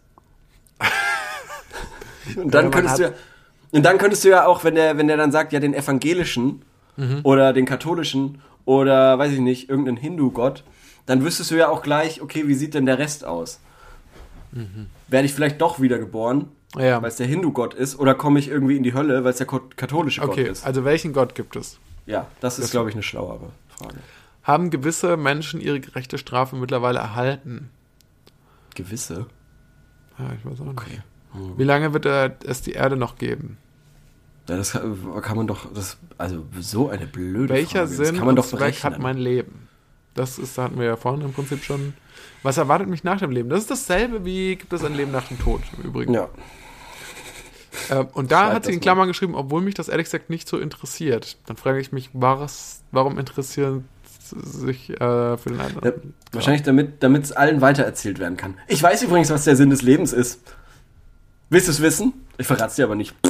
Und dann könntest du ja auch, wenn der dann sagt, ja, den evangelischen oder den katholischen oder, weiß ich nicht, irgendeinen Hindu-Gott, dann wüsstest du ja auch gleich, okay, wie sieht denn der Rest aus? Werde ich vielleicht doch wiedergeboren, Ja. weil es der Hindu-Gott ist, oder komme ich irgendwie in die Hölle, weil es der katholische Gott Okay, ist? also welchen Gott gibt es? Ja, das ist, glaube ich, eine schlauere Frage. Haben gewisse Menschen ihre gerechte Strafe mittlerweile erhalten? Gewisse? Ja, ich weiß auch nicht. Wie lange wird es die Erde noch geben? Ja, das kann man doch, also so eine blöde Welcher Frage. Das Sinn kann man und doch Zweck berechnen. hat mein Leben? Das hatten wir ja vorhin im Prinzip schon. Was erwartet mich nach dem Leben? Das ist dasselbe wie gibt es ein Leben nach dem Tod im Übrigen. Ja. Und da Schreib hat sie das in Klammern geschrieben, obwohl mich das ehrlich gesagt nicht so interessiert. Dann frage ich mich, warum interessiert sich für den anderen? Ja, wahrscheinlich damit es allen weitererzählt werden kann. Ich weiß übrigens, was der Sinn des Lebens ist. Willst du es wissen? Ich verrate es dir aber nicht.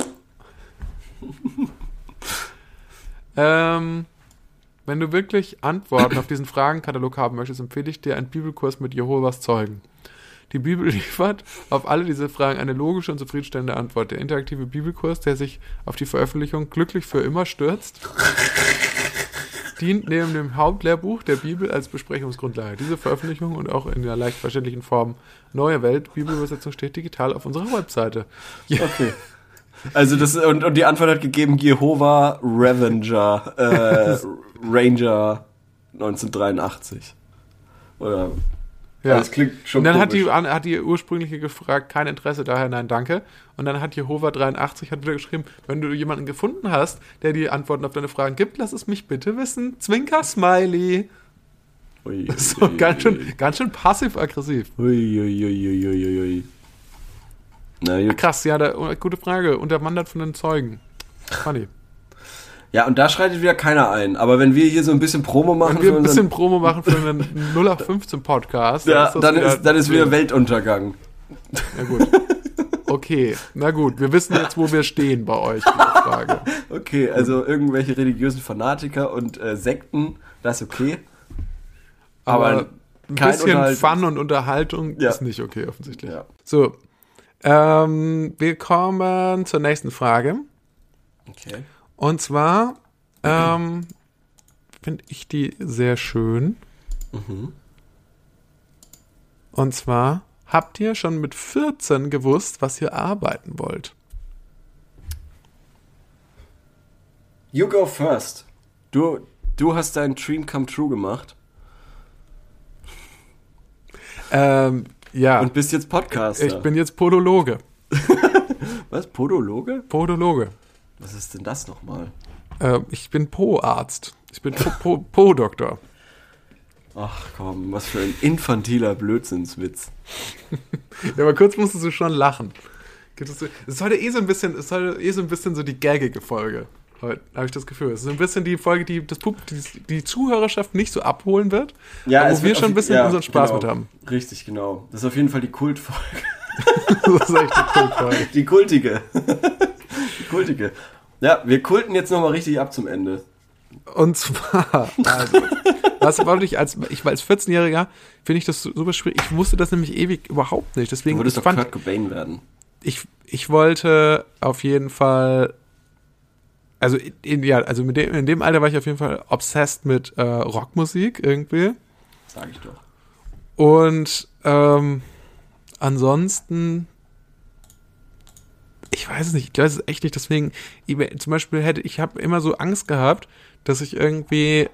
Wenn du wirklich Antworten auf diesen Fragenkatalog haben möchtest, empfehle ich dir einen Bibelkurs mit Jehovas Zeugen. Die Bibel liefert auf alle diese Fragen eine logische und zufriedenstellende Antwort. Der interaktive Bibelkurs, der sich auf die Veröffentlichung glücklich für immer stürzt, dient neben dem Hauptlehrbuch der Bibel als Besprechungsgrundlage. Diese Veröffentlichung und auch in der leicht verständlichen Form Neue Welt Bibelübersetzung steht digital auf unserer Webseite. Ja. Okay. Also und die Antwort hat gegeben Jehova Ranger 1983. Oder Ja. das klingt schon Und dann komisch. hat die ursprüngliche gefragt, kein Interesse, daher nein, danke. Und dann hat Jehova 83 hat wieder geschrieben, wenn du jemanden gefunden hast, der die Antworten auf deine Fragen gibt, lass es mich bitte wissen. Zwinker Smiley. Ui, So, ganz schön passiv-aggressiv. Ui. Na gut. Krass, ja, gute Frage. Unterwandert von den Zeugen. Funny. Ja, und da schreitet wieder keiner ein. Aber wenn wir hier so ein bisschen Promo machen Wenn wir für ein unseren, bisschen Promo machen für einen 0815-Podcast, ja, dann ist wieder wild. Weltuntergang. Na gut. Okay, na gut. Wir wissen jetzt, wo wir stehen bei euch, diese Frage. Okay, also irgendwelche religiösen Fanatiker und Sekten, das ist okay. Aber ein kein bisschen Unterhaltung. Fun und Unterhaltung Ja. ist nicht okay, offensichtlich. Ja. So, wir kommen zur nächsten Frage. Okay. Und zwar finde ich die sehr schön. Und zwar, habt ihr schon mit 14 gewusst, was ihr arbeiten wollt? You go first. Du hast deinen Dream come true gemacht Ja, und bist jetzt Podcaster. ich bin jetzt Podologe. Was? Podologe? Podologe. Was ist denn das nochmal? Ich bin Po-Arzt. Ich bin Po-Doktor. Ach komm, was für ein infantiler Blödsinnswitz. Ja, aber kurz musstest du schon lachen. Es sollte so ein bisschen so die gaggige Folge. Heute habe ich das Gefühl. Es ist ein bisschen die Folge, die Zuhörerschaft nicht so abholen wird, Ja, aber es wo wir wird schon ein bisschen unseren Spaß genau, mit haben. Richtig, genau. Das ist auf jeden Fall die Kultfolge. Das ist echt eine coole Folge. Die kultige. Die kultige. Ja, wir kulten jetzt nochmal richtig ab zum Ende. Und zwar, also, was wollte ich als 14-Jähriger, finde ich das super schwierig. Ich wusste das nämlich ewig überhaupt nicht. Du Deswegen, würdest doch Kurt Cobain werden. ich wollte auf jeden Fall, also in dem Alter war ich auf jeden Fall obsessed mit Rockmusik irgendwie. Sag ich doch. Und ansonsten, ich weiß es nicht, ich weiß es echt nicht, deswegen, zum Beispiel ich habe immer so Angst gehabt, dass ich irgendwie,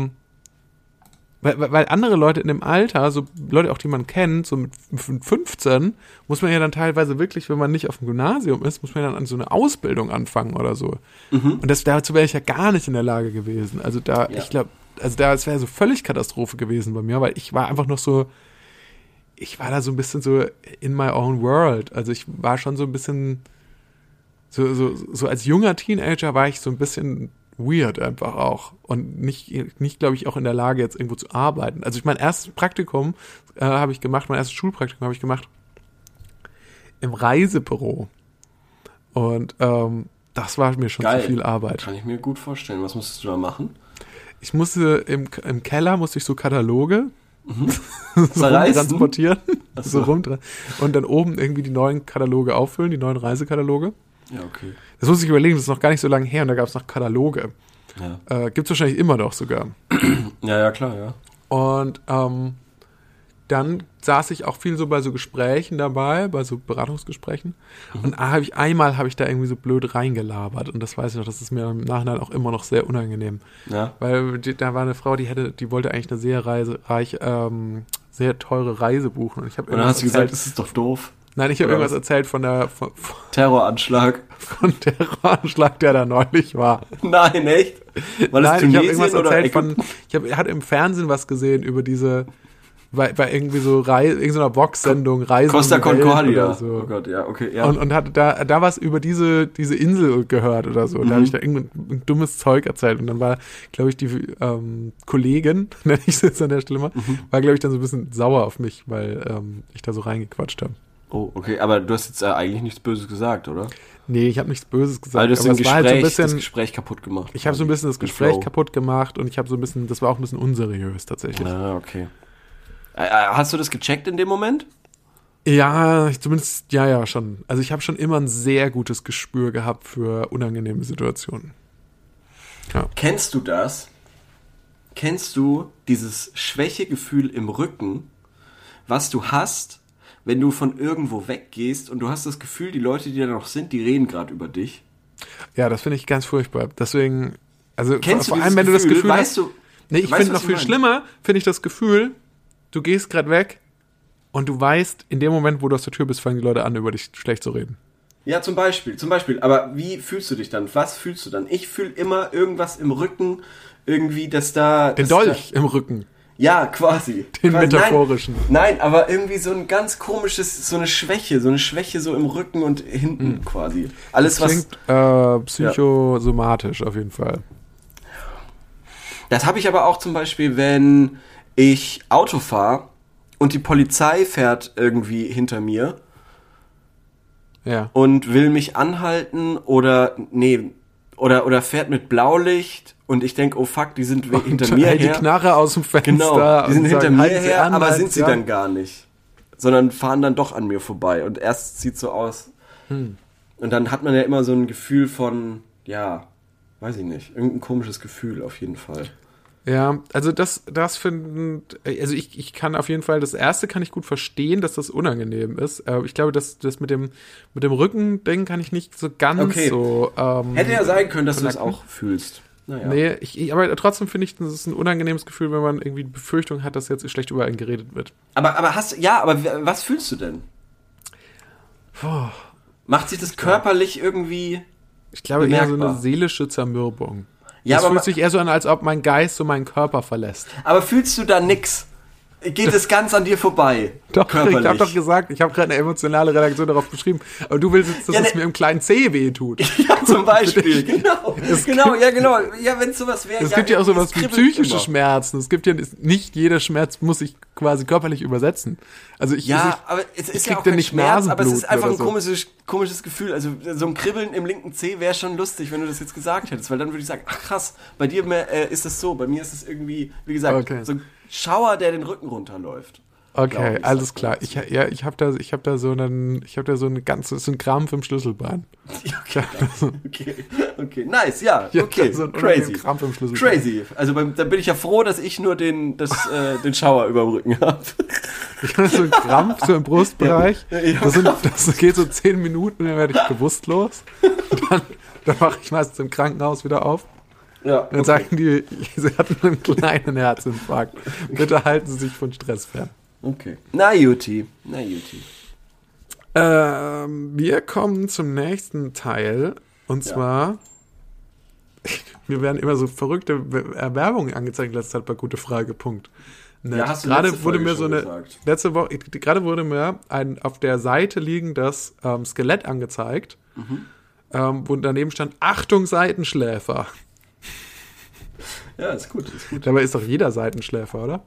weil andere Leute in dem Alter, so Leute auch, die man kennt, so mit 15, muss man ja dann teilweise wirklich, wenn man nicht auf dem Gymnasium ist, muss man dann an so eine Ausbildung anfangen oder so. Und dazu wäre ich ja gar nicht in der Lage gewesen. Also ich glaube, das wäre so völlig Katastrophe gewesen bei mir, weil ich war einfach noch so, ich war da so ein bisschen so in my own world. Also ich war schon so ein bisschen, so als junger Teenager war ich so ein bisschen weird einfach auch. Und nicht glaube ich, auch in der Lage, jetzt irgendwo zu arbeiten. Also mein erstes Praktikum habe ich gemacht, mein erstes Schulpraktikum habe ich gemacht im Reisebüro. Und das war mir schon Geil. zu viel Arbeit. Kann ich mir gut vorstellen. Was musstest du da machen? Ich musste im Keller so Kataloge so Zerreißen? transportieren. Ach so. Und dann oben irgendwie die neuen Kataloge auffüllen, die neuen Reisekataloge. Ja, okay. Das muss ich überlegen, das ist noch gar nicht so lange her und da gab es noch Kataloge. Ja. Gibt es wahrscheinlich immer noch sogar. Ja, klar, ja. Und dann saß ich auch viel so bei so Gesprächen dabei, bei so Beratungsgesprächen. Und einmal habe ich da irgendwie so blöd reingelabert. Und das weiß ich noch, das ist mir im Nachhinein auch immer noch sehr unangenehm. Ja. Weil da war eine Frau, die wollte eigentlich eine sehr teure Reise buchen. Und ich habe Und dann hast du gesagt, das ist doch doof. Nein, ich habe Oder irgendwas was? erzählt von Terroranschlag. Terroranschlag, der da neulich war. Nein, echt? War das Nein, ich habe Tunesien irgendwas oder erzählt Ägypten? ich hatte im Fernsehen was gesehen über diese, bei irgendwie so irgendeiner Box-Sendung, Reise Costa um die Welt Concordia. oder so. Oh Gott, ja, okay, ja. Und hatte da was über diese Insel gehört oder so. Da habe ich da irgendein dummes Zeug erzählt. Und dann war, glaube ich, die Kollegin, nenne ich es jetzt an der Stelle mal, war, glaube ich, dann so ein bisschen sauer auf mich, weil ich da so reingequatscht habe. Oh, okay, aber du hast jetzt eigentlich nichts Böses gesagt, oder? Nee, ich habe nichts Böses gesagt. Weil du hast aber im es war halt so ein Gespräch, das bisschen, Gespräch kaputt gemacht. ich habe so ein bisschen das Den Gespräch Flow. kaputt gemacht und ich habe so ein bisschen, das war auch ein bisschen unseriös tatsächlich. Ah, okay. Hast du das gecheckt in dem Moment? Ja, zumindest, ja, schon. Also ich habe schon immer ein sehr gutes Gespür gehabt für unangenehme Situationen. Ja. Kennst du das? Kennst du dieses Schwächegefühl im Rücken, was du hast, wenn du von irgendwo weggehst und du hast das Gefühl, die Leute, die da noch sind, die reden gerade über dich? Ja, das finde ich ganz furchtbar. Deswegen, also Kennst vor du allem, dieses wenn du das Gefühl? Gefühl Weißt hast, du, nee, ich weißt finde du, noch was viel ich meine? schlimmer, finde ich das Gefühl, du gehst gerade weg und du weißt, in dem Moment, wo du aus der Tür bist, fangen die Leute an, über dich schlecht zu reden. Ja, zum Beispiel. Aber wie fühlst du dich dann? Was fühlst du dann? Ich fühle immer irgendwas im Rücken, irgendwie, dass da... Den dass Dolch im Rücken, Ja, quasi. den quasi. metaphorischen. Nein, aber irgendwie so ein ganz komisches, so eine Schwäche so im Rücken und hinten quasi. Alles, Das klingt psychosomatisch auf jeden Fall. Das habe ich aber auch zum Beispiel, wenn ich Auto fahre und die Polizei fährt irgendwie hinter mir Ja. und will mich anhalten oder fährt mit Blaulicht und ich denke, oh fuck, die sind hinter mir her. Die Knarre aus dem Fenster. Genau, die sind hinter sagen, mir halten Sie her, an, aber halten sind sie Sie dann an. gar nicht. Sondern fahren dann doch an mir vorbei. Und erst sieht so aus. Und dann hat man ja immer so ein Gefühl von, ja, weiß ich nicht, irgendein komisches Gefühl auf jeden Fall. Ja, also das finden, also ich kann auf jeden Fall, das erste kann ich gut verstehen, dass das unangenehm ist. Ich glaube, das mit dem Rücken-Ding kann ich nicht so ganz so. Hätte ja sein können, dass du das connecten. auch fühlst. Naja. Nee, aber trotzdem finde ich, das ist ein unangenehmes Gefühl, wenn man irgendwie die Befürchtung hat, dass jetzt schlecht über einen geredet wird. Aber was fühlst du denn? Macht sich das körperlich irgendwie Ich glaube eher so bemerkbar? eine seelische Zermürbung. Ja, das aber fühlt sich eher so an, als ob mein Geist so meinen Körper verlässt. Aber fühlst du da nix? Geht es ganz an dir vorbei? Doch, körperlich? ich habe doch gesagt, ich habe gerade eine emotionale Reaktion darauf beschrieben. Aber du willst jetzt, dass es mir im kleinen Zeh weh tut. Ja, zum Beispiel. Genau. Ja, wenn es sowas wäre. Es gibt ja auch sowas es wie kribbelt psychische immer. Schmerzen. Es gibt ja nicht jeder Schmerz muss sich quasi körperlich übersetzen. Also Aber es ist krieg ja auch dann kein nicht Schmerz, aber es ist Nasenbluten einfach ein oder so. komisches Gefühl. Also so ein Kribbeln im linken Zeh wäre schon lustig, wenn du das jetzt gesagt hättest, weil dann würde ich sagen, ach krass, bei dir ist das so, bei mir ist es irgendwie, wie gesagt, so ein Schauer, der den Rücken runterläuft. Okay, ich, alles sagt klar. man Ich habe da so einen Krampf im Schlüsselbein. Okay, nice, ja, Ich hab okay, da so einen crazy. Krampf im Schlüsselbein. Crazy. Also da bin ich ja froh, dass ich nur den Schauer über dem Rücken habe. Ich habe so einen Krampf so im Brustbereich. Das geht so 10 Minuten, dann werde ich bewusstlos. Dann wache ich meistens im Krankenhaus wieder auf. Ja, Dann sagen die, sie hatten einen kleinen Herzinfarkt. Bitte halten Sie sich von Stress fern. Okay. Na Juti. Wir kommen zum nächsten Teil. Und zwar, mir werden immer so verrückte Werbungen angezeigt in letzter Zeit bei Gutefrage.net. Ja, hast du gerade letzte wurde Folge mir so schon eine gesagt. letzte Woche, gerade wurde mir ein auf der Seite liegendes Skelett angezeigt, wo daneben stand: Achtung, Seitenschläfer. Ja, ist gut. Dabei ist doch jeder Seitenschläfer, oder?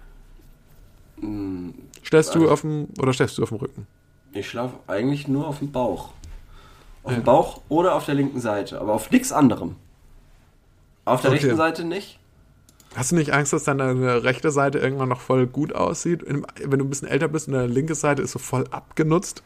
Schläfst du auf dem Rücken? Ich schlafe eigentlich nur auf dem Bauch. Auf dem Bauch oder auf der linken Seite, aber auf nichts anderem. Auf der rechten Seite nicht. Hast du nicht Angst, dass deine rechte Seite irgendwann noch voll gut aussieht? Wenn du ein bisschen älter bist und deine linke Seite ist so voll abgenutzt?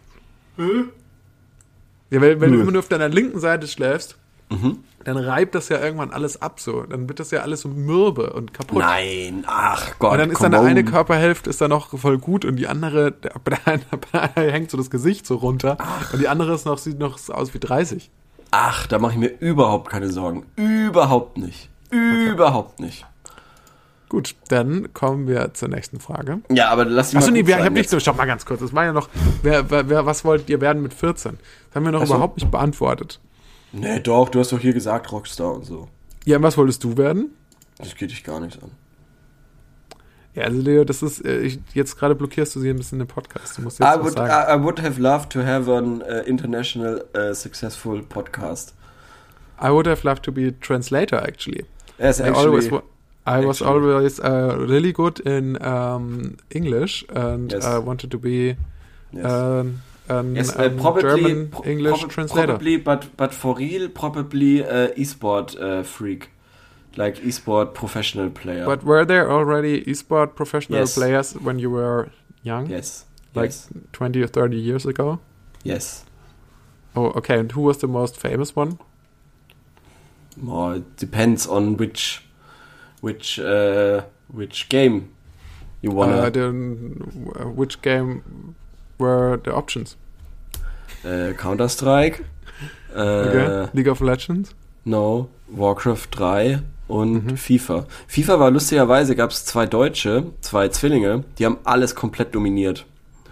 Ja, weil wenn du immer nur auf deiner linken Seite schläfst, dann reibt das ja irgendwann alles ab so. Dann wird das ja alles so mürbe und kaputt. Nein, ach Gott. Und dann ist deine eine Körperhälfte ist dann noch voll gut und die andere, bei der eine hängt so das Gesicht so runter und die andere sieht noch so aus wie 30. Ach, da mache ich mir überhaupt keine Sorgen. Überhaupt nicht. Überhaupt nicht. Gut, dann kommen wir zur nächsten Frage. Ja, aber lass dich Achso, mal nee, gut ich sein hab nicht, jetzt. stopp mal ganz kurz. Das war ja noch, was wollt ihr werden mit 14? Das haben wir noch Ach so. überhaupt nicht beantwortet. Nee, doch, du hast doch hier gesagt Rockstar und so. Ja, was wolltest du werden? Das geht dich gar nichts an. Ja, also Leo, das ist, jetzt gerade blockierst du sie ein bisschen im Podcast. Du musst jetzt was sagen. I would have loved to have an international successful podcast. I would have loved to be a translator, actually. Yes, I was always really good in English and Yes. I wanted to be Yes. German English translator. Probably, but for real, probably e-sport freak, like e-sport professional player. But were there already esport professional Yes. players when you were young? Yes. Like 20 or 30 years ago? Yes. Oh, okay. And who was the most famous one? Well, it depends on which game you wanna. Which game were the options? Counter-Strike. Okay. League of Legends? No. Warcraft 3 und FIFA. FIFA war lustigerweise, gab es 2 Deutsche, 2 Zwillinge, die haben alles komplett dominiert.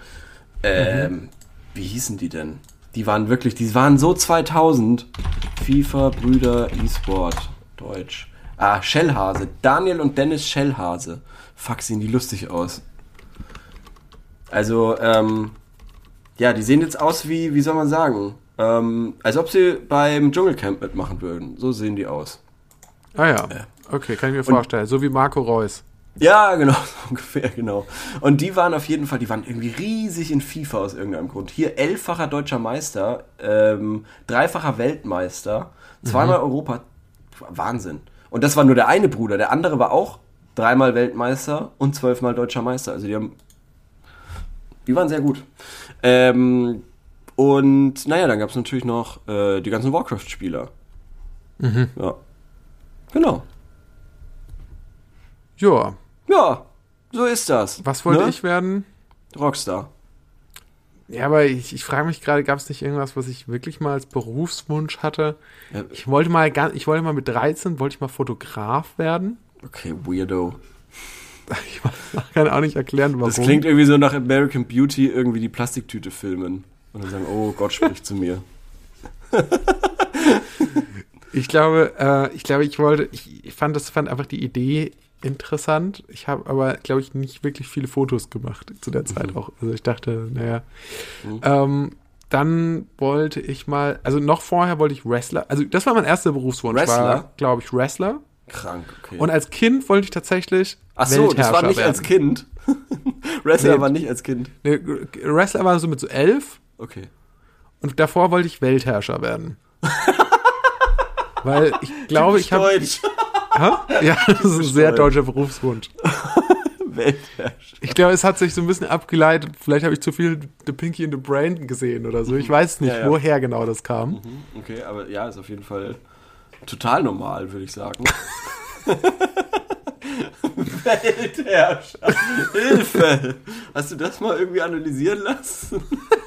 Wie hießen die denn? Die waren so 2000. FIFA, Brüder, E-Sport, Deutsch. Schellhase. Daniel und Dennis Schellhase. Fuck, sehen die lustig aus. Also, ja, die sehen jetzt aus wie soll man sagen, als ob sie beim Dschungelcamp mitmachen würden. So sehen die aus. Ah ja, okay, kann ich mir vorstellen. So wie Marco Reus. Ja, genau, so ungefähr, genau. Und die waren auf jeden Fall, die waren irgendwie riesig in FIFA aus irgendeinem Grund. Hier 11-facher deutscher Meister, 3-facher Weltmeister, 2-mal Europa, Wahnsinn. Und das war nur der eine Bruder. Der andere war auch 3-mal Weltmeister und 12-mal deutscher Meister. Also die waren sehr gut. Und naja, dann gab es natürlich noch die ganzen Warcraft-Spieler. Ja. Genau. Ja. Ja, so ist das. Was wollte ich werden? Rockstar. Ja, aber ich frage mich gerade, gab es nicht irgendwas, was ich wirklich mal als Berufswunsch hatte? Ja. Ich wollte mal mit 13, wollte ich mal Fotograf werden. Okay, Weirdo. Ich kann auch nicht erklären, warum. Das klingt irgendwie so nach American Beauty, irgendwie die Plastiktüte filmen. Und dann sagen, oh, Gott spricht zu mir. Ich fand einfach die Idee interessant. Ich habe aber, glaube ich, nicht wirklich viele Fotos gemacht zu der Zeit auch. Also ich dachte, naja. Dann wollte ich mal, also noch vorher wollte ich Wrestler, also das war mein erster Berufswunsch. Wrestler? War, glaube ich, Wrestler. Krank, okay. Und als Kind wollte ich tatsächlich Ach so, das war nicht werden. als Kind. Wrestler war nicht als Kind. Nee, Wrestler war so mit so 11 Okay. und davor wollte ich Weltherrscher werden. Weil ich glaube, ich habe... Deutsch. Ja, das ist ein sehr deutscher Berufswunsch. Weltherrscher. Ich glaube, es hat sich so ein bisschen abgeleitet. Vielleicht habe ich zu viel The Pinky and the Brain gesehen oder so. Ich weiß nicht, Ja. woher genau das kam. Okay, aber ja, ist auf jeden Fall total normal, würde ich sagen. Weltherrscher. Hilfe! Hast du das mal irgendwie analysieren lassen?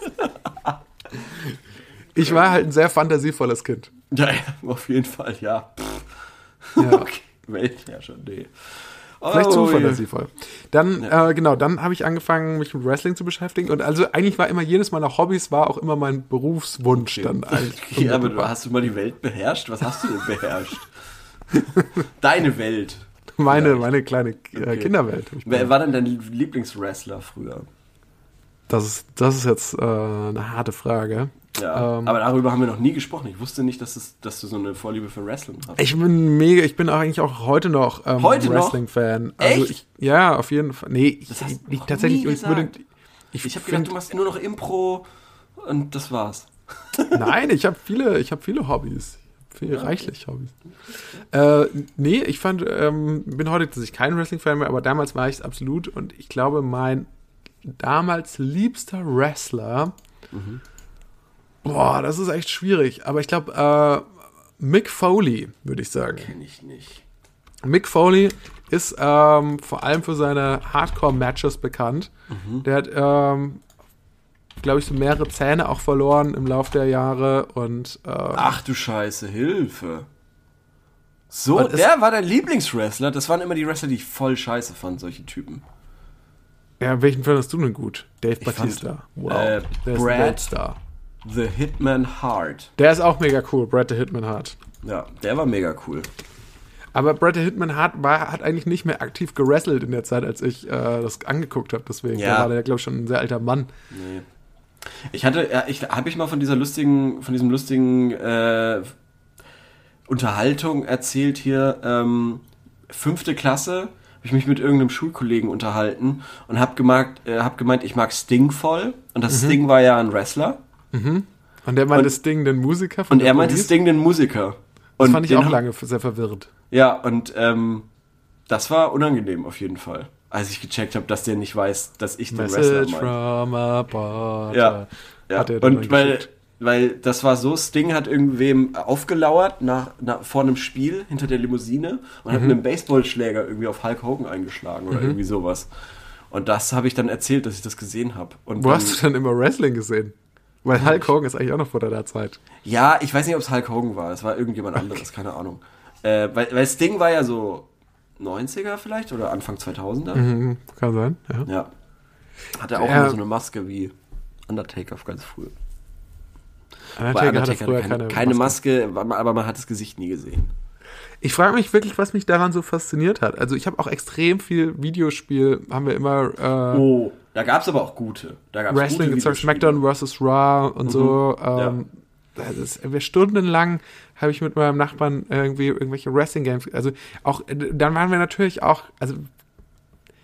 Ich war halt ein sehr fantasievolles Kind. Ja, auf jeden Fall, ja. Ja. Okay. Weltherrscher, nee. Vielleicht zu Oh, fantasievoll. Dann, dann habe ich angefangen, mich mit Wrestling zu beschäftigen. Und also eigentlich war immer jedes meiner Hobbys, war auch immer mein Berufswunsch dann eigentlich. Ja, aber hast du mal die Welt beherrscht? Was hast du denn beherrscht? Deine Welt. Meine kleine Kinderwelt. Wer war denn dein Lieblingswrestler früher? Das ist jetzt eine harte Frage. Ja, aber darüber haben wir noch nie gesprochen. Ich wusste nicht, dass du so eine Vorliebe für Wrestling hast. Ich bin eigentlich auch heute noch Wrestling-Fan. Also Echt? Ja, auf jeden Fall. Nee, Das hast du ich noch tatsächlich, nie ich würde... gesagt. Ich habe gedacht, du machst nur noch Impro und das war's. Nein, ich habe viele Hobbys. Reichlich Hobbys. Nee, ich bin heute tatsächlich kein Wrestling-Fan mehr, aber damals war ich es absolut und ich glaube, mein damals liebster Wrestler, boah, das ist echt schwierig, aber ich glaube, Mick Foley, würde ich sagen. Kenn ich nicht. Mick Foley ist vor allem für seine Hardcore-Matches bekannt. Der hat, glaube ich, so mehrere Zähne auch verloren im Laufe der Jahre und Ach du Scheiße, Hilfe. So, Und der war dein Lieblingswrestler? Das waren immer die Wrestler, die ich voll scheiße fand, solche Typen. ja, welchen fandest du denn gut? Dave Ich Batista. fand, Wow. Der ist ein Brad- Weltstar. The Hitman Hart. Der ist auch mega cool, Bret the Hitman Hart. Ja, der war mega cool. Aber Bret the Hitman Hart hat eigentlich nicht mehr aktiv gewrestelt in der Zeit, als ich das angeguckt habe. Deswegen Ja. da war der, glaube ich, schon ein sehr alter Mann. Nee. Habe ich mal von diesem lustigen Unterhaltung erzählt hier, 5. Klasse, habe ich mich mit irgendeinem Schulkollegen unterhalten und hab gemeint, ich mag Sting voll und das Sting war ja ein Wrestler Und der meinte Sting, den Musiker von und der er meinte Police. Sting den Musiker. Das Und fand ich den auch hab- lange sehr verwirrt. Ja, und das war unangenehm auf jeden Fall, als ich gecheckt habe, dass der nicht weiß, dass ich den Wrestler Message meine. from a Potter. Ja. Hat er dann Und geschickt. weil das war so, Sting hat irgendwem aufgelauert vor einem Spiel hinter der Limousine und hat mit einem Baseballschläger irgendwie auf Hulk Hogan eingeschlagen oder irgendwie sowas. Und das habe ich dann erzählt, dass ich das gesehen habe. Und Wo dann, hast du denn immer Wrestling gesehen? Weil Hulk Hogan ist eigentlich auch noch vor der Zeit. Ja, ich weiß nicht, ob es Hulk Hogan war. Es war irgendjemand anderes, keine Ahnung. Weil Sting war ja so 90er vielleicht oder Anfang 2000er. Kann sein, ja. Ja. Hat er auch Ja. immer so eine Maske wie Undertaker ganz früh. Undertaker hatte früher keine Maske, aber man hat das Gesicht nie gesehen. Ich frage mich wirklich, was mich daran so fasziniert hat. Also ich habe auch extrem viel Videospiel, haben wir immer Da gab es aber auch gute. Da gab's Wrestling gute gezockt, Videospiele. SmackDown vs. Raw und so. Ja. Stundenlang habe ich mit meinem Nachbarn irgendwelche Wrestling-Games, also auch, dann waren wir natürlich auch, also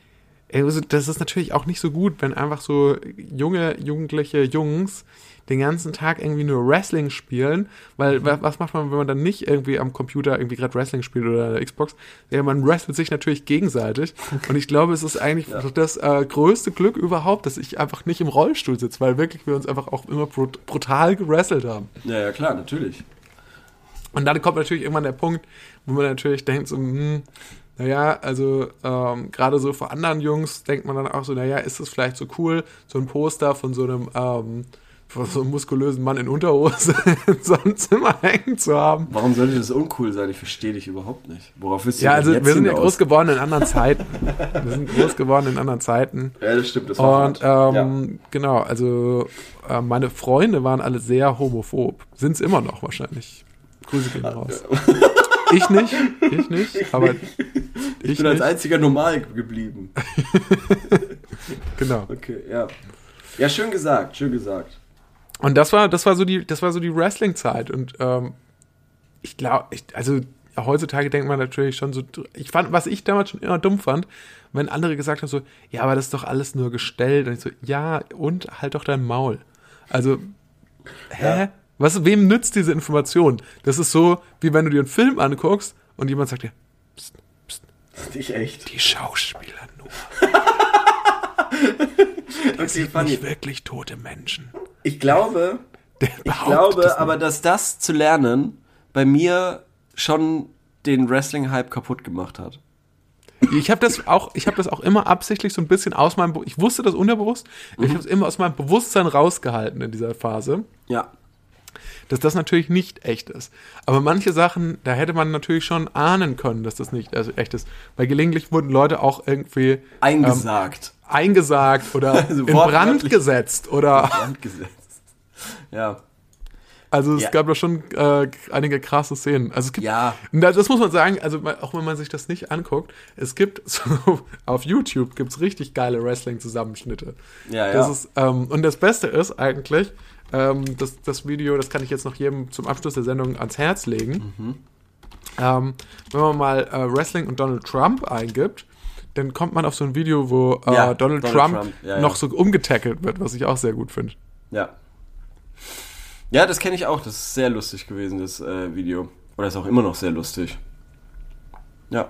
Also das ist natürlich auch nicht so gut, wenn einfach so jugendliche Jungs den ganzen Tag irgendwie nur Wrestling spielen, weil was macht man, wenn man dann nicht irgendwie am Computer irgendwie gerade Wrestling spielt oder der Xbox? Ja, man wrestelt sich natürlich gegenseitig und ich glaube, es ist eigentlich das größte Glück überhaupt, dass ich einfach nicht im Rollstuhl sitze, weil wirklich wir uns einfach auch immer brutal gewrestelt haben. Ja, klar, natürlich. Und dann kommt natürlich irgendwann der Punkt, wo man natürlich denkt so, naja, also gerade so vor anderen Jungs denkt man dann auch so, naja, ist es vielleicht so cool, so ein Poster von so einem muskulösen Mann in Unterhose in so einem Zimmer hängen zu haben. Warum sollte das uncool sein? Ich verstehe dich überhaupt nicht. Worauf willst du Ja, also jetzt wir sind ja hinaus? groß geworden in anderen Zeiten. Ja, das stimmt, das war Und hart. genau, also meine Freunde waren alle sehr homophob. Sind es immer noch wahrscheinlich. Grüße gehen raus. Ich nicht, aber Ich bin als einziger normal geblieben. Genau. Okay, ja. Ja, schön gesagt. Und das war so die Wrestling-Zeit. Und ich glaube, also heutzutage denkt man natürlich schon so, was ich damals schon immer dumm fand, wenn andere gesagt haben so, ja, aber das ist doch alles nur gestellt. Und ich so, ja, und halt doch dein Maul. Also, hä? Ja. Wem nützt diese Information? Das ist so, wie wenn du dir einen Film anguckst und jemand sagt dir, Nicht echt. die Schauspieler nur. Okay, Sieht nicht wirklich tote Menschen. Ich glaube, aber dass das zu lernen bei mir schon den Wrestling-Hype kaputt gemacht hat. Ich habe das auch immer absichtlich so ein bisschen ich wusste das unterbewusst, ich habe es immer aus meinem Bewusstsein rausgehalten in dieser Phase, Ja. dass das natürlich nicht echt ist. Aber manche Sachen, da hätte man natürlich schon ahnen können, dass das nicht echt ist. Weil gelegentlich wurden Leute auch irgendwie Eingesagt. eingesagt oder Also in Brand gesetzt oder Brandgesetzt. Ja. also es Ja. gab da schon einige krasse Szenen. Also es gibt, Ja. das muss man sagen, also auch wenn man sich das nicht anguckt, es gibt so, auf YouTube gibt's richtig geile Wrestling-Zusammenschnitte. Ja, Das ja. ist, und das Beste ist eigentlich, das Video, das kann ich jetzt noch jedem zum Abschluss der Sendung ans Herz legen. Wenn man mal Wrestling und Donald Trump eingibt, dann kommt man auf so ein Video, wo Ja, Donald Trump noch so umgetackelt wird, was ich auch sehr gut finde. Ja. Ja, das kenne ich auch. Das ist sehr lustig gewesen, das Video. Oder ist auch immer noch sehr lustig. Ja.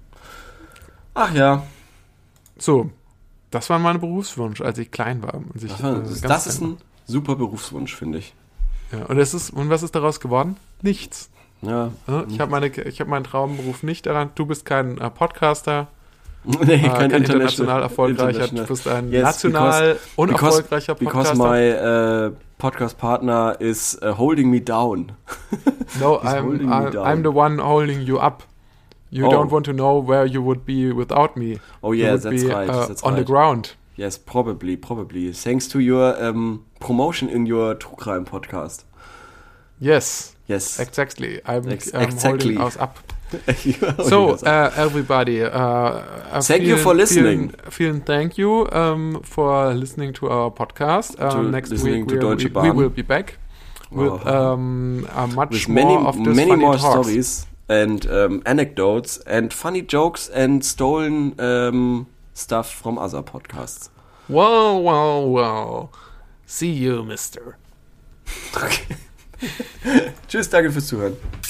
Ach ja. So, das war mein Berufswunsch, als ich klein war. Und ich, Das ist ein super Berufswunsch, finde ich. ja, und was ist daraus geworden? Nichts. Ja. Ja, ich habe meinen Traumberuf nicht erreicht. Du bist kein Podcaster, Nee, kein international erfolgreicher. Du bist ein national unerfolgreicher Because Podcaster. my podcast partner is holding me down. No, He's holding me down. I'm the one holding you up. You don't want to know where you would be without me. Oh yeah, you would that's be, right. That's on the right. ground. Yes, probably. Thanks to your promotion in your True Crime podcast. Yes, Yes. exactly. I'm exactly. holding us up. You're So, holding us up. everybody, Thank you for listening. Vielen thank you for listening to our podcast. Next listening week to Deutsche we Bahn. will be back with a much With more of this many funny more talks. stories and anecdotes and funny jokes and stolen stuff from other podcasts. Wow. See you, mister. Okay. Tschüss, danke fürs Zuhören.